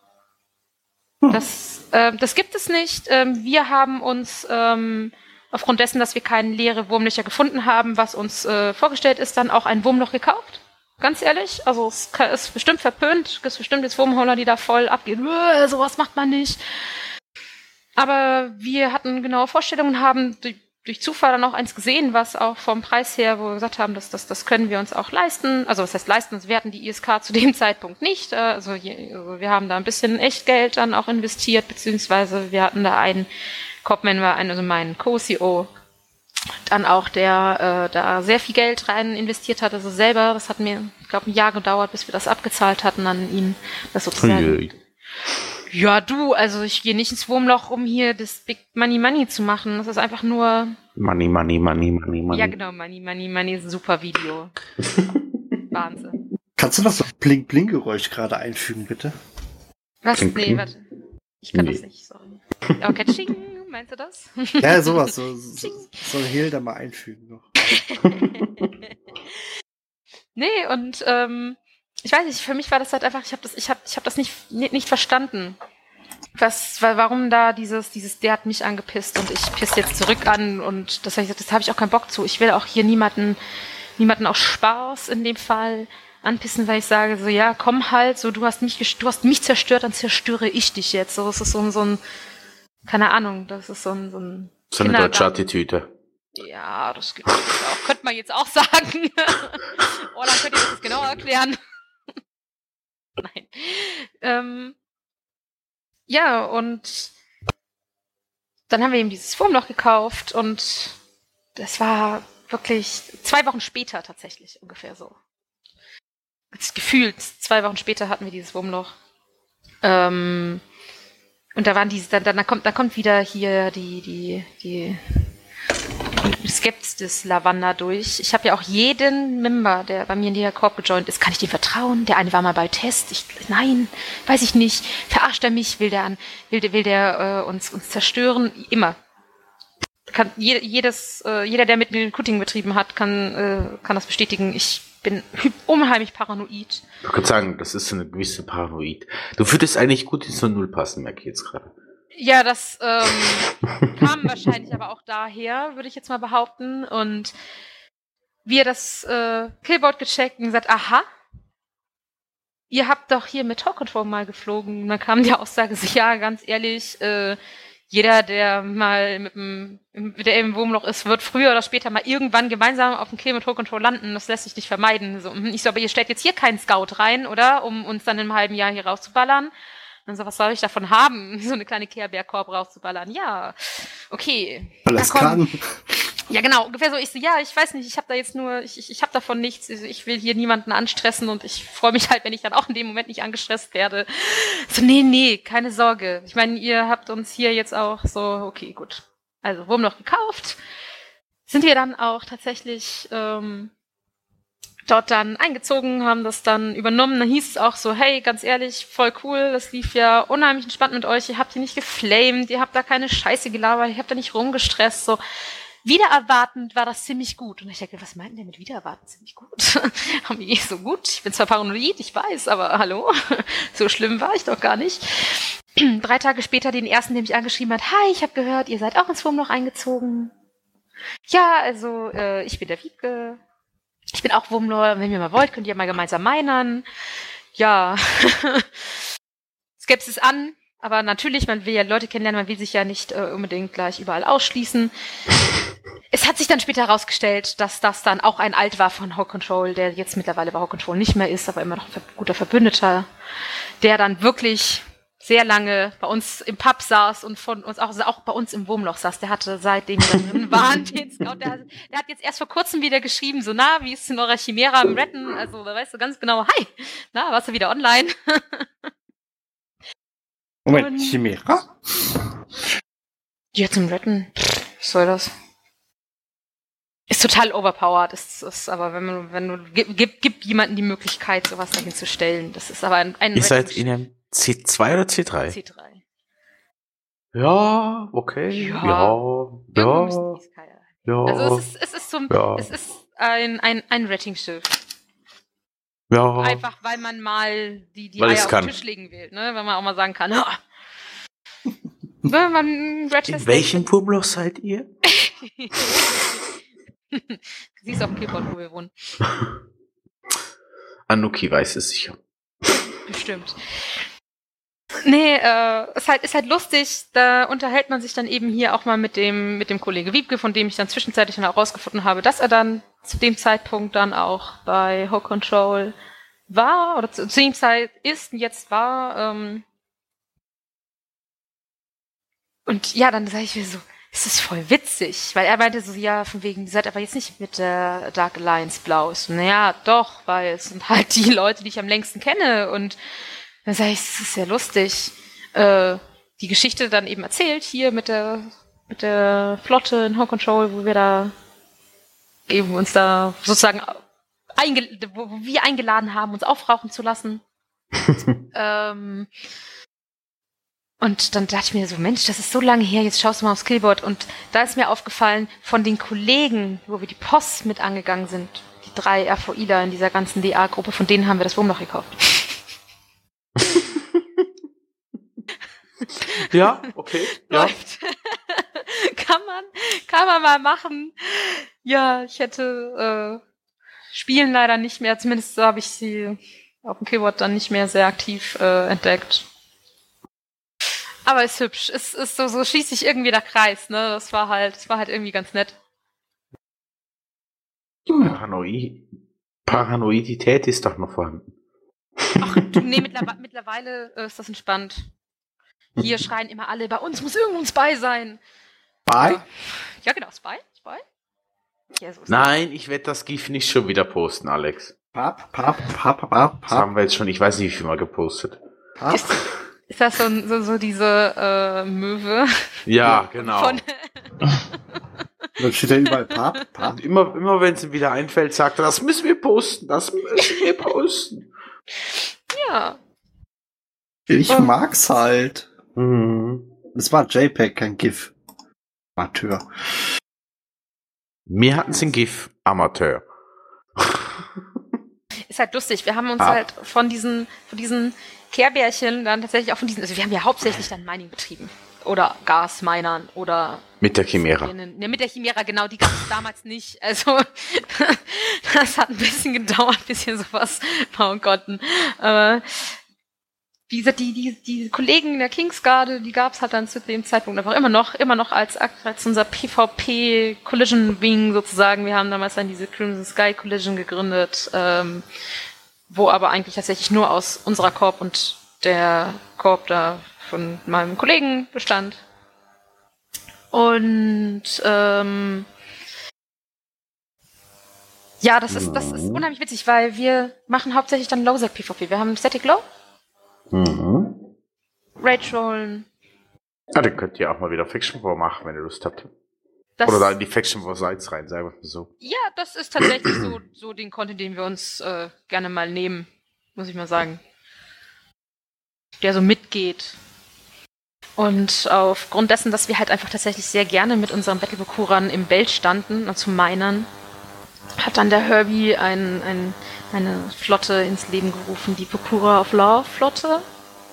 Das, äh, das gibt es nicht. Ähm, wir haben uns ähm, aufgrund dessen, dass wir keine leere Wurmlöcher gefunden haben, was uns äh, vorgestellt ist, dann auch ein Wurmloch gekauft. Ganz ehrlich, also es kann, ist bestimmt verpönt, es gibt bestimmt jetzt Wurmholer, die da voll abgehen. Äh, sowas macht man nicht. Aber wir hatten genaue Vorstellungen, haben durch, durch Zufall dann auch eins gesehen, was auch vom Preis her, wo wir gesagt haben, das, das, das können wir uns auch leisten. Also was heißt leisten? Wir hatten die I S K zu dem Zeitpunkt nicht. Also, je, also wir haben da ein bisschen Echtgeld dann auch investiert, beziehungsweise wir hatten da einen Copman, war ein, also mein Co-C E O, dann auch, der äh, da sehr viel Geld rein investiert hat, also selber. Das hat mir, ich glaube, ein Jahr gedauert, bis wir das abgezahlt hatten an ihn. Das sozusagen. Ui. Ja, du, also ich gehe nicht ins Wurmloch, um hier das Big Money Money zu machen. Das ist einfach nur... Money, Money, Money, Money, Money. Ja, genau, Money, Money, Money ist ein super Video. Wahnsinn. Kannst du noch so ein Blink-Blink-Geräusch gerade einfügen, bitte? Was? Kling, Nee, kling. warte. Ich kann Nee. das nicht, sorry. Okay, tsching, meinst du das? Ja, sowas. So, so, soll Hilda mal einfügen noch. Nee, und ähm, ich weiß nicht, für mich war das halt einfach, ich habe das, ich habe, ich habe das nicht, nicht, nicht verstanden. Was, weil, warum da dieses, dieses, der hat mich angepisst und ich piss jetzt zurück an und das habe ich gesagt, das habe ich auch keinen Bock zu. Ich will auch hier niemanden, niemanden aus Spaß in dem Fall anpissen, weil ich sage so, ja, komm halt, so, du hast mich, gest- du hast mich zerstört, dann zerstöre ich dich jetzt. So, es ist so ein, so ein, keine Ahnung, das ist so ein, so ein So eine Kindergarten- deutsche Attitüde. Ja, das gibt es auch. Könnte man jetzt auch sagen. Oh, dann könnt ihr das genauer erklären. Nein. Ähm, ja, und dann haben wir ihm dieses Wurmloch gekauft und das war wirklich zwei Wochen später tatsächlich ungefähr so. Jetzt gefühlt zwei Wochen später hatten wir dieses Wurmloch. Ähm, und da waren diese, dann, dann kommt, da kommt wieder hier die, die, die Skepsis des Lavanda durch. Ich habe ja auch jeden Member, der bei mir in der Corp gejoint ist, kann ich dem vertrauen? Der eine war mal bei Test. Ich, nein, weiß ich nicht. Verarscht er mich? Will der, an, will der, will der äh, uns, uns zerstören? Immer. Kann, je, jedes, äh, jeder, der mit mir Recruiting betrieben hat, kann, äh, kann das bestätigen. Ich bin unheimlich paranoid. Ich würde sagen, das ist so eine gewisse Paranoid. Du würdest eigentlich gut in so Null passen, merke ich jetzt gerade. Ja, das ähm, kam wahrscheinlich aber auch daher, würde ich jetzt mal behaupten. Und wir das äh, Killboard gecheckt und gesagt, aha, ihr habt doch hier mit Talk Control mal geflogen. Und dann kam die Aussage, so, ja, ganz ehrlich, äh, jeder, der mal mit dem, der im Wurmloch ist, wird früher oder später mal irgendwann gemeinsam auf dem Kill mit Talk Control landen. Das lässt sich nicht vermeiden. So, ich so, aber ihr stellt jetzt hier keinen Scout rein, oder? Um uns dann in einem halben Jahr hier rauszuballern. Und so, was soll ich davon haben, so eine kleine Kehrbergkorb rauszuballern? Ja, okay. Alles Na komm. kann. Ja, genau, ungefähr so. Ich so, ja, ich weiß nicht, ich habe da jetzt nur, ich, ich, ich habe davon nichts. Ich will hier niemanden anstressen und ich freue mich halt, wenn ich dann auch in dem Moment nicht angestresst werde. So, nee, nee, keine Sorge. Ich meine, ihr habt uns hier jetzt auch so, okay, gut. Also, Wurmloch gekauft. Sind wir dann auch tatsächlich ähm, dort dann eingezogen, haben das dann übernommen. Dann hieß es auch so, hey, ganz ehrlich, voll cool, das lief ja unheimlich entspannt mit euch. Ihr habt hier nicht geflamed, ihr habt da keine Scheiße gelabert, ihr habt da nicht rumgestresst, so. Wieder erwartend war das ziemlich gut. Und ich dachte, was meinten der mit wieder erwarten ziemlich gut? Haben wir nicht so gut? Ich bin zwar paranoid, ich weiß, aber hallo? So schlimm war ich doch gar nicht. Drei Tage später den ersten, der mich angeschrieben hat, hi, ich habe gehört, ihr seid auch ins Wurmloch eingezogen. Ja, also, äh, ich bin der Wiebke. Ich bin auch Wurmloch. Wenn ihr mal wollt, könnt ihr mal gemeinsam minern. Ja. Skepsis an. Aber natürlich, man will ja Leute kennenlernen, man will sich ja nicht äh, unbedingt gleich überall ausschließen. Es hat sich dann später herausgestellt, dass das dann auch ein Alt war von Hawk Control, der jetzt mittlerweile bei Hawk Control nicht mehr ist, aber immer noch ein guter Verbündeter, der dann wirklich sehr lange bei uns im Pub saß und von uns auch, also auch bei uns im Wurmloch saß. Der hatte seitdem wir dann drin waren, den Scout, der, der hat jetzt erst vor kurzem wieder geschrieben, so, na, wie ist es in eurer Chimera im Retten? Also, da weißt du ganz genau, hi, na, warst du wieder online? Moment, Und- Chimera? Ja, zum Retten. Was soll das? Ist total overpowered. Ist, ist aber wenn man, wenn du, gib, gib, gib jemanden die Möglichkeit, sowas dahin zu stellen. Das ist aber ein, ein Ihr seid Rettungs- in einem C zwei oder C drei? C drei. Ja, okay. Ja. Ja, Irgendwo müssen ja, die es keiner- ja. Also es ist, es ist zum, Ja. es ist ein, ein, ein Rettingschiff. ja. Einfach weil man mal die, die Weil Eier ich's auf kann. den Tisch legen will, ne? Wenn man auch mal sagen kann, ah. Wenn man Red In welchem Wurmloch seid ihr? Sie ist auf dem Keyboard, wo wir wohnen. Anuki weiß es sicher. Bestimmt. Nee, äh, ist halt, ist halt lustig, da unterhält man sich dann eben hier auch mal mit dem, mit dem Kollege Wiebke, von dem ich dann zwischenzeitlich dann auch rausgefunden habe, dass er dann zu dem Zeitpunkt dann auch bei Hawk Control war, oder zu, zu dem Zeit ist und jetzt war, ähm, und ja, dann sage ich mir so, es ist voll witzig, weil er meinte so, ja, von wegen, ihr seid aber jetzt nicht mit der Dark Alliance blau. Ich so, naja, doch, weil es sind halt die Leute, die ich am längsten kenne und dann sage ich, das ist ja lustig. äh, die Geschichte dann eben erzählt, hier mit der, mit der Flotte in Hong Control, wo wir da eben uns da sozusagen einge- wo wir eingeladen haben, uns aufrauchen zu lassen. ähm, und dann dachte ich mir so, Mensch, das ist so lange her, jetzt schaust du mal aufs Killboard. Und da ist mir aufgefallen, von den Kollegen, wo wir die Post mit angegangen sind, die drei RVIler in dieser ganzen D A-Gruppe, von denen haben wir das Wurmloch gekauft. Ja, okay. Ja. Läuft. kann man, kann man mal machen. Ja, ich hätte äh, Spielen leider nicht mehr, zumindest so habe ich sie auf dem Keyboard dann nicht mehr sehr aktiv äh, entdeckt. Aber ist hübsch. Es ist so, so schließt sich irgendwie der Kreis, ne? Das war halt, das war halt irgendwie ganz nett. Paranoid. Paranoidität ist doch noch vorhanden. Ach, du, nee, mittlerweile, mittlerweile äh, ist das entspannt. Hier schreien immer alle, bei uns muss irgendein Spy sein. Spy? Ja, genau, Spy. Spy. Ja, so ist Nein, ich werde das GIF nicht schon wieder posten, Alex. Pap, pap, pap, pap, Das haben wir jetzt schon, ich weiß nicht, wie viel mal gepostet. pap. Ist, ist das so, so, so diese äh, Möwe? Ja, genau. Von, Dann steht da überall Pap, Pap. Und immer, immer wenn es ihm wieder einfällt, sagt er, das müssen wir posten, das müssen wir posten. ja. Ich mag's halt. Mhm. Es war JPEG, kein GIF. Amateur. Wir hatten es in GIF, Amateur. Ist halt lustig. Wir haben uns Ah. halt von diesen, von diesen Care-Bärchen dann tatsächlich auch von diesen, also wir haben ja hauptsächlich dann Mining betrieben. Oder Gasminern oder Mit der Chimera. Ne, mit der Chimera, genau, die gab es damals nicht. Also das hat ein bisschen gedauert, bis wir sowas bauen konnten. Aber wie gesagt, die, die, die Kollegen der Kingsguard, die gab es halt dann zu dem Zeitpunkt einfach immer noch, immer noch als, als unser PvP Collision Wing sozusagen. Wir haben damals dann diese Crimson Sky Collision gegründet, ähm, wo aber eigentlich tatsächlich nur aus unserer Corp und der Corp da von meinem Kollegen bestand. Und ähm, ja, das ist, das ist unheimlich witzig, weil wir machen hauptsächlich dann Low-Sec PvP. Wir haben Static Low, Mhm. Rage Rollen. Ja, dann könnt ihr auch mal wieder Faction War machen, wenn ihr Lust habt. Das, Oder da in die Faction War Sites rein, sagen wir mal so. ja, das ist tatsächlich so, so den Content, den wir uns äh, gerne mal nehmen, muss ich mal sagen. Der so mitgeht. Und aufgrund dessen, dass wir halt einfach tatsächlich sehr gerne mit unseren Battle-Prokurern im Belt standen und zu Minern, hat dann der Herbie ein, ein, eine Flotte ins Leben gerufen, die Prokura of Law Flotte.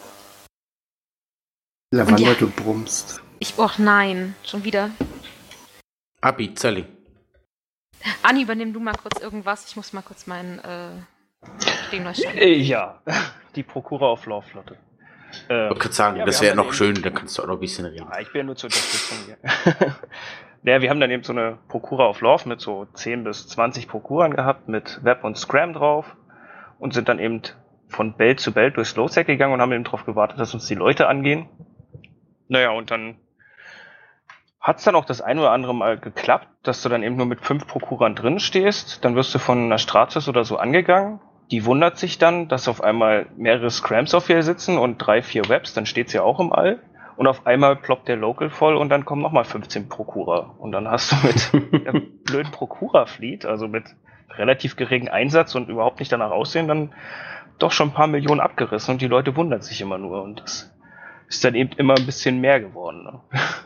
Lavanda, Ja. du brummst. Ich, oh nein, schon wieder. Abi, Zolli. Anni, übernimm du mal kurz irgendwas. Ich muss mal kurz mein äh, Ding neu starten. Äh, ja, die Prokura of Law Flotte. Äh, Ich wollte sagen, ja, das wir wäre haben noch dann schön, dann kannst du auch noch ein bisschen reden. Ja, ich bin ja nur zur Unterstützung hier. Ja, wir haben dann eben so eine Prokura of Love mit so zehn bis zwanzig Prokuran gehabt, mit Web und Scram drauf und sind dann eben von Belt zu Belt durchs Low-Sec gegangen und haben eben darauf gewartet, dass uns die Leute angehen. Naja, und dann hat's dann auch das ein oder andere Mal geklappt, dass du dann eben nur mit fünf Prokuran drin stehst, dann wirst du von einer Stratus oder so angegangen. Die wundert sich dann, dass auf einmal mehrere Scrams auf ihr sitzen und drei, vier Webs, dann steht sie auch im All. Und auf einmal ploppt der Local voll und dann kommen nochmal fünfzehn Prokura. Und dann hast du mit der blöden Prokura-Fleet, also mit relativ geringem Einsatz und überhaupt nicht danach aussehen, dann doch schon ein paar Millionen abgerissen und die Leute wundern sich immer nur. Und das ist dann eben immer ein bisschen mehr geworden. Ne?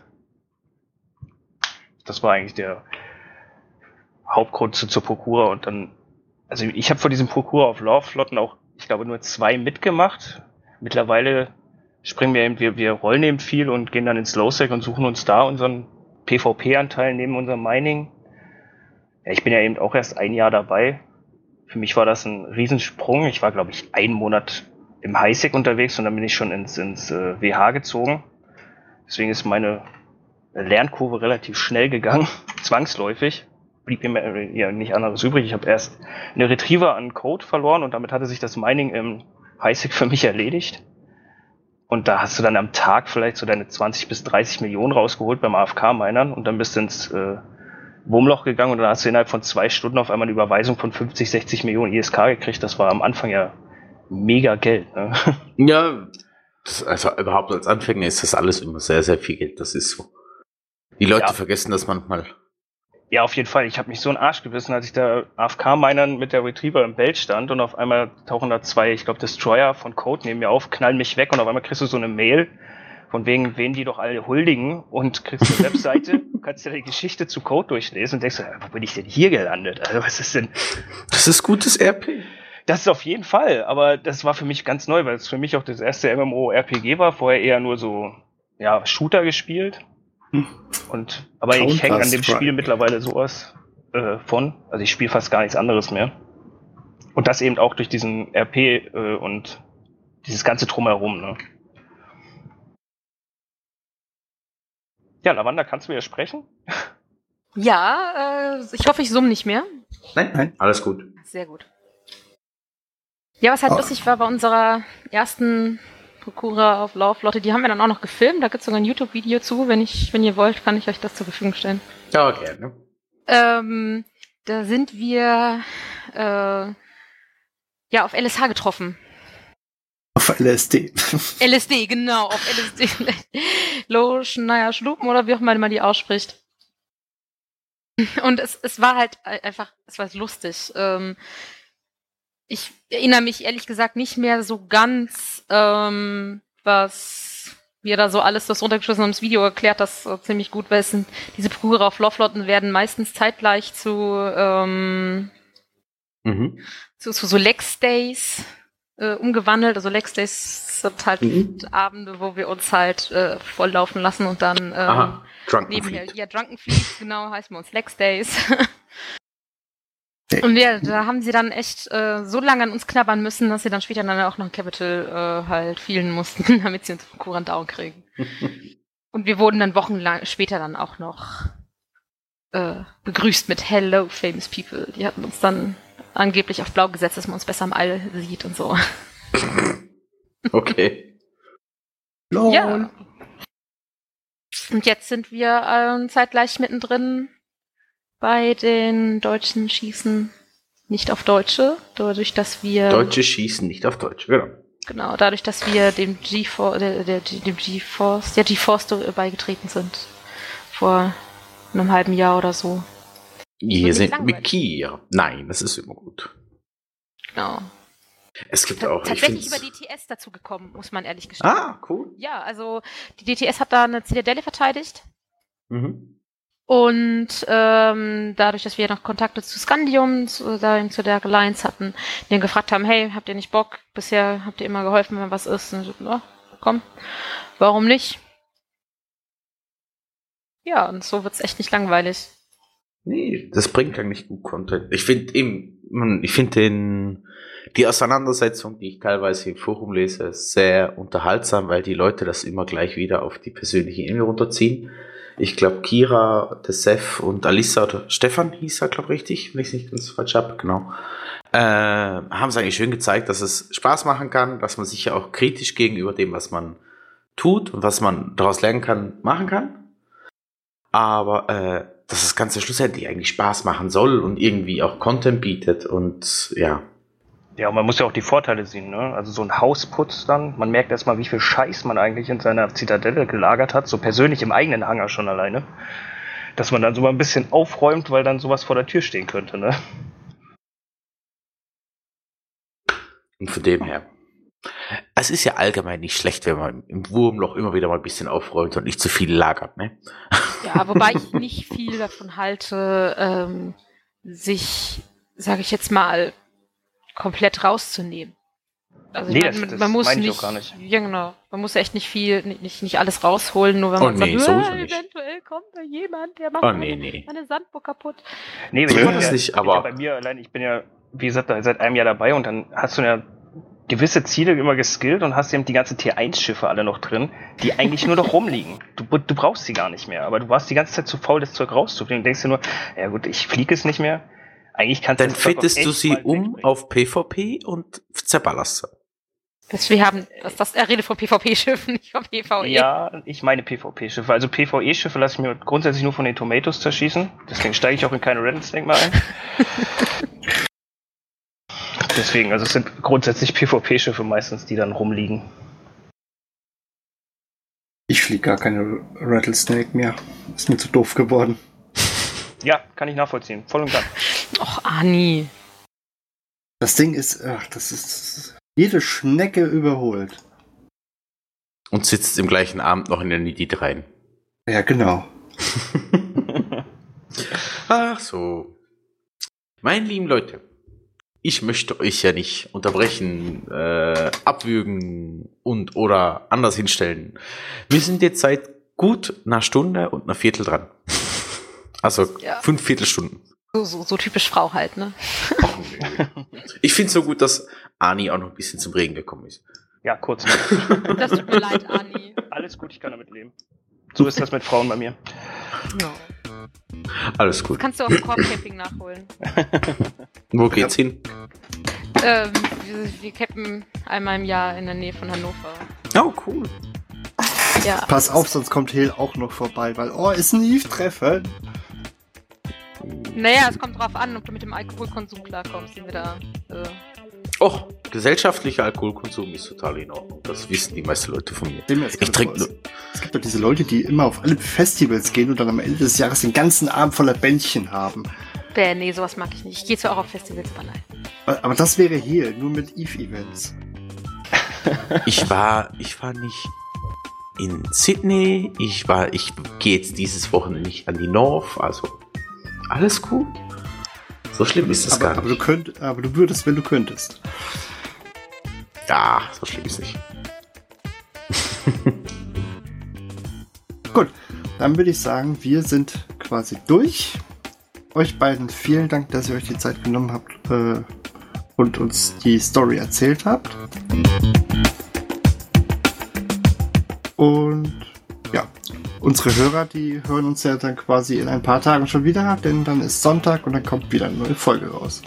Das war eigentlich der Hauptgrund zu, zur Prokura. Und dann, also ich habe von diesen Prokura of Law Flotten auch, ich glaube, nur zwei mitgemacht. Mittlerweile springen wir eben, wir, wir rollen eben viel und gehen dann ins Low-Sec und suchen uns da unseren PvP-Anteil neben unserem Mining. Ja, ich bin ja eben auch erst ein Jahr dabei. Für mich war das ein Riesensprung. Ich war, glaube ich, einen Monat im High-Sec unterwegs und dann bin ich schon ins, ins äh, W H gezogen. Deswegen ist meine Lernkurve relativ schnell geganng, zwangsläufig. Blieb mir äh, ja nicht anderes übrig. Ich habe erst eine Retriever an Code verloren und damit hatte sich das Mining im High-Sec für mich erledigt. Und da hast du dann am Tag vielleicht so deine zwanzig bis dreißig Millionen rausgeholt beim A F K-Minern und dann bist du ins äh, Wurmloch gegangen und dann hast du innerhalb von zwei Stunden auf einmal eine Überweisung von fünfzig, sechzig Millionen I S K gekriegt. Das war am Anfang ja mega Geld. Ne? Ja, Das, also überhaupt als Anfänger ist das alles immer sehr, sehr viel Geld. Das ist so. Die Leute ja. vergessen das manchmal. Ja, auf jeden Fall. Ich habe mich so einen Arsch gebissen, als ich da A F K-Minern mit der Retriever im Belt stand und auf einmal tauchen da zwei, ich glaube, Destroyer von Code neben mir auf, knallen mich weg und auf einmal kriegst du so eine Mail, von wegen, wen die doch alle huldigen und kriegst eine Webseite, kannst dir die Geschichte zu Code durchlesen und denkst, wo bin ich denn hier gelandet? Also was ist denn... Das ist gutes R P. Das ist auf jeden Fall, aber das war für mich ganz neu, weil es für mich auch das erste M M O R P G war, vorher eher nur so, ja, Shooter gespielt. Und, aber Counter ich hänge an dem Spiel mittlerweile sowas äh, von. Also ich spiele fast gar nichts anderes mehr. Und das eben auch durch diesen R P äh, und dieses ganze Drumherum, ne? Ja, Lavanda, kannst du ja sprechen? Ja, äh, ich hoffe, ich summe nicht mehr. Nein, nein, alles gut. Sehr gut. Ja, was halt Oh. lustig war bei unserer ersten Prokura auf Lauflotte, die haben wir dann auch noch gefilmt. Da gibt es sogar ein YouTube-Video zu. Wenn ich, wenn ihr wollt, kann ich euch das zur Verfügung stellen. Ja, gerne. Ähm, da sind wir äh, ja auf L S H getroffen. Auf L S D. L S D, genau, auf L S D. Lotion, naja, Schlupen oder wie auch immer man die ausspricht. Und es, es war halt einfach, es war lustig. Ähm, ich erinnere mich ehrlich gesagt nicht mehr so ganz, ähm, was wir da so alles das runtergeschossen haben. Das Video erklärt das äh, ziemlich gut, weil es sind, diese Prokura auf Lauflotten werden meistens zeitgleich zu, ähm, Mhm. zu, zu so Lex-Days äh, umgewandelt. Also Lex-Days sind halt Mhm. Abende, wo wir uns halt äh, volllaufen lassen und dann ähm, Aha, Drunken nebenher, Fleet. ja, Drunken Fleet, genau, heißen wir uns Lex-Days. Und ja, da haben sie dann echt äh, so lange an uns knabbern müssen, dass sie dann später dann auch noch ein Capital äh, halt fielen mussten, damit sie uns Kurant Down kriegen. Und wir wurden dann wochenlang später dann auch noch äh, begrüßt mit Hello, famous people. Die hatten uns dann angeblich auf blau gesetzt, dass man uns besser am All sieht und so. Okay. Lol. Ja. Und jetzt sind wir ähm, zeitgleich mittendrin bei den deutschen Schießen nicht auf Deutsche, dadurch, dass wir Deutsche schießen nicht auf Deutsch, genau. genau, dadurch, dass wir dem G-Force, der, der, dem G-Force, der G-Force beigetreten sind vor einem halben Jahr oder so. Hier nicht sind langweilig. wir Kia. Nein, das ist immer gut. Genau. Es gibt T- auch, ich tatsächlich über find's- D T S dazu gekommen, muss man ehrlich gestehen. Ah, cool. Ja, also die D T S hat da eine Zitadelle verteidigt. Mhm. Und ähm, dadurch, dass wir noch Kontakte zu Scandium, zu, dahin, zu der Alliance hatten, die dann gefragt haben, hey, habt ihr nicht Bock? Bisher habt ihr immer geholfen, wenn was ist. Und so, na, komm, warum nicht? Ja, und so wird's echt nicht langweilig. Nee, das bringt eigentlich gut Content. Ich finde eben, man, ich finde den, die Auseinandersetzung, die ich teilweise im Forum lese, sehr unterhaltsam, weil die Leute das immer gleich wieder auf die persönliche Ebene runterziehen. Ich glaube, Kira, der Seth und Alissa oder Stefan hieß er, glaube ich, richtig, wenn ich es nicht ganz falsch habe, genau. Äh, haben es eigentlich schön gezeigt, dass es Spaß machen kann, dass man sich ja auch kritisch gegenüber dem, was man tut und was man daraus lernen kann, machen kann. Aber äh, dass das Ganze schlussendlich eigentlich Spaß machen soll und irgendwie auch Content bietet und ja. Ja, und man muss ja auch die Vorteile sehen, ne? Also so ein Hausputz dann, man merkt erstmal, wie viel Scheiß man eigentlich in seiner Zitadelle gelagert hat, so persönlich im eigenen Hangar schon alleine. Dass man dann so mal ein bisschen aufräumt, weil dann sowas vor der Tür stehen könnte, ne? Und von dem her. Es ist ja allgemein nicht schlecht, wenn man im Wurmloch immer wieder mal ein bisschen aufräumt und nicht zu viel lagert, ne? Ja, wobei ich nicht viel davon halte, ähm, sich, sage ich jetzt mal, komplett rauszunehmen. Also ich Nee, mein, das- man, das man muss meine ich nicht, auch gar nicht. Ja, genau. Man muss echt nicht viel, nicht, nicht, nicht alles rausholen, nur wenn Oh man nee, sagt, sowieso äh, nicht. eventuell kommt da jemand, der macht Oh, meine, nee, nee. meine Sandburg kaputt. Nee, So ich ist bin es ja, nicht, ich bin aber- ja bei mir allein, ich bin ja, wie gesagt, da seit einem Jahr dabei und dann hast du ja gewisse Ziele immer geskillt und hast eben die ganzen T eins Schiffe alle noch drin, die eigentlich nur noch rumliegen. Du, du brauchst sie gar nicht mehr, aber du warst die ganze Zeit zu faul, das Zeug rauszufliegen und denkst dir nur, ja gut, ich fliege es nicht mehr. Eigentlich kannst du Dann das Zeug auch fittest du echt sie mal um wegbringen. auf PvP und zerballerst sie. Das, wir haben, das, das, er redet von PvP-Schiffen, nicht von PvE. Ja, ich meine PvP-Schiffe. Also PvE-Schiffe lasse ich mir grundsätzlich nur von den Tomatoes zerschießen. Deswegen steige ich auch in keine Reddit-Denkmal ein. Deswegen, also es sind grundsätzlich PvP-Schiffe meistens, die dann rumliegen. Ich fliege gar keine Rattlesnake mehr. Ist mir zu doof geworden. Ja, kann ich nachvollziehen. Voll und ganz. Och, Ani. Das Ding ist, ach, das ist jede Schnecke überholt. Und sitzt im gleichen Abend noch in der Nidit rein. Ja, genau. Ach so. Meine lieben Leute, ich möchte euch ja nicht unterbrechen, äh, abwürgen und oder anders hinstellen. Wir sind jetzt seit gut einer Stunde und einer Viertel dran. Also Ja. fünf Viertelstunden. So, so, so typisch Frau halt, ne? Ach, nee. Ich finde es so gut, dass Ani auch noch ein bisschen zum Reden gekommen ist. Ja, kurz noch. Das tut mir leid, Ani. Alles gut, ich kann damit leben. So ist das mit Frauen bei mir. No. Alles gut. Kannst du auf Korbcamping nachholen. Wo geht's hin? Ähm, wir, wir campen einmal im Jahr in der Nähe von Hannover. Oh, cool. Ja. Pass auf, sonst kommt Hel auch noch vorbei, weil, oh, ist ein Eve-Treffen. Naja, es kommt drauf an, ob du mit dem Alkoholkonsum klarkommst, den wir da. Äh, Och, gesellschaftlicher Alkoholkonsum ist total in Ordnung. Das wissen die meisten Leute von mir. Stell mir das Ich ganz trinke vor, nur. Es gibt doch diese Leute, die immer auf alle Festivals gehen und dann am Ende des Jahres den ganzen Abend voller Bändchen haben. bäh, nee, sowas mag ich nicht. Ich gehe zwar auch auf Festivals, aber nein. Aber das wäre hier, nur mit Eve-Events. Ich war, ich war nicht in Sydney. Ich war, ich gehe jetzt dieses Wochenende nicht an die North. Also alles gut. So schlimm ist das Aber, gar aber, du nicht. könnt, aber du würdest, wenn du könntest. Ja, so schlimm ist nicht. Gut, dann würde ich sagen, wir sind quasi durch. Euch beiden vielen Dank, dass ihr euch die Zeit genommen habt äh, und uns die Story erzählt habt. Und ja, unsere Hörer, die hören uns ja dann quasi in ein paar Tagen schon wieder, denn dann ist Sonntag und dann kommt wieder eine neue Folge raus.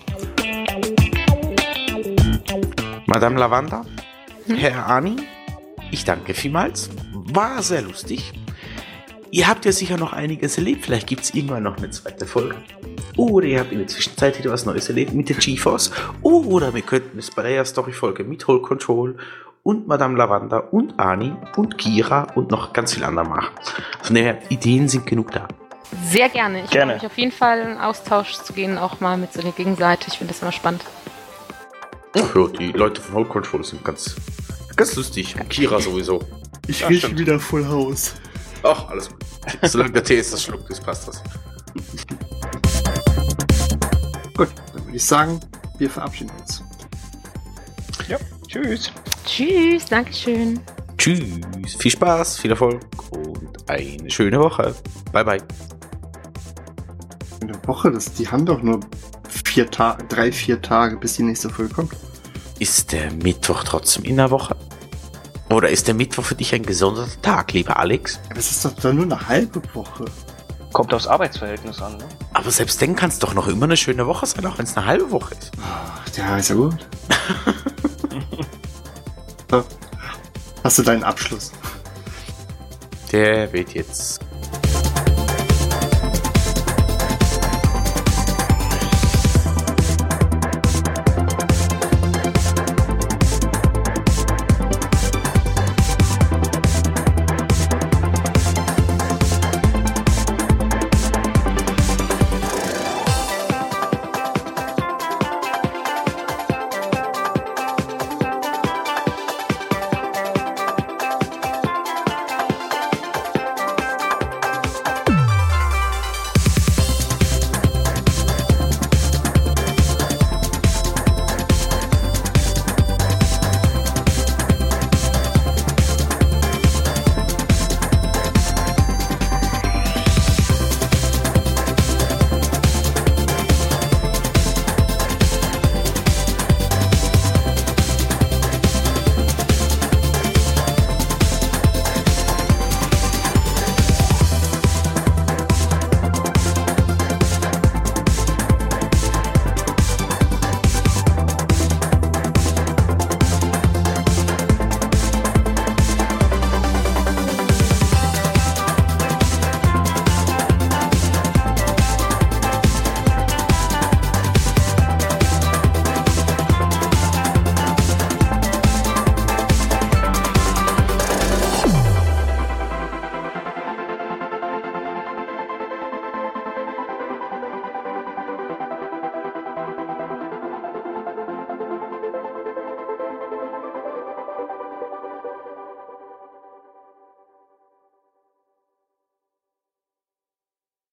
Madame Lavanda, Herr Ani, ich danke vielmals. War sehr lustig. Ihr habt ja sicher noch einiges erlebt. Vielleicht gibt es irgendwann noch eine zweite Folge. Oder ihr habt in der Zwischenzeit wieder was Neues erlebt mit der GeForce. Oder wir könnten es bei der Story-Folge mit Whole Control und Madame Lavanda und Ani und Kira und noch ganz viel andere machen. Von daher, Ideen sind genug da. Sehr gerne. Ich Gerne. freue mich auf jeden Fall, in Austausch zu gehen, auch mal mit so der Gegenseite. Ich finde das immer spannend. Ach ja, die Leute von Whole Control sind ganz, ganz lustig. Und Kira sowieso. Ich Ja, rieche stimmt. wieder Full House. Ach, alles gut. Solange der Tee ist, das schluckt, ist, passt das. Gut, dann würde ich sagen, wir verabschieden uns. Ja, tschüss. Tschüss, Dankeschön. Tschüss, viel Spaß, viel Erfolg und eine schöne Woche. Bye, bye. Eine Woche, das, die haben doch nur vier Ta- drei, vier Tage, bis die nächste Folge kommt. Ist der Mittwoch trotzdem in der Woche? Oder ist der Mittwoch für dich ein gesonderter Tag, lieber Alex? Aber es ist doch dann nur eine halbe Woche. Kommt aufs Arbeitsverhältnis an, ne? Aber selbst dann kann es doch noch immer eine schöne Woche sein, auch wenn es eine halbe Woche ist. Ach, ja, ist ja gut. So, hast du deinen Abschluss? Der wird jetzt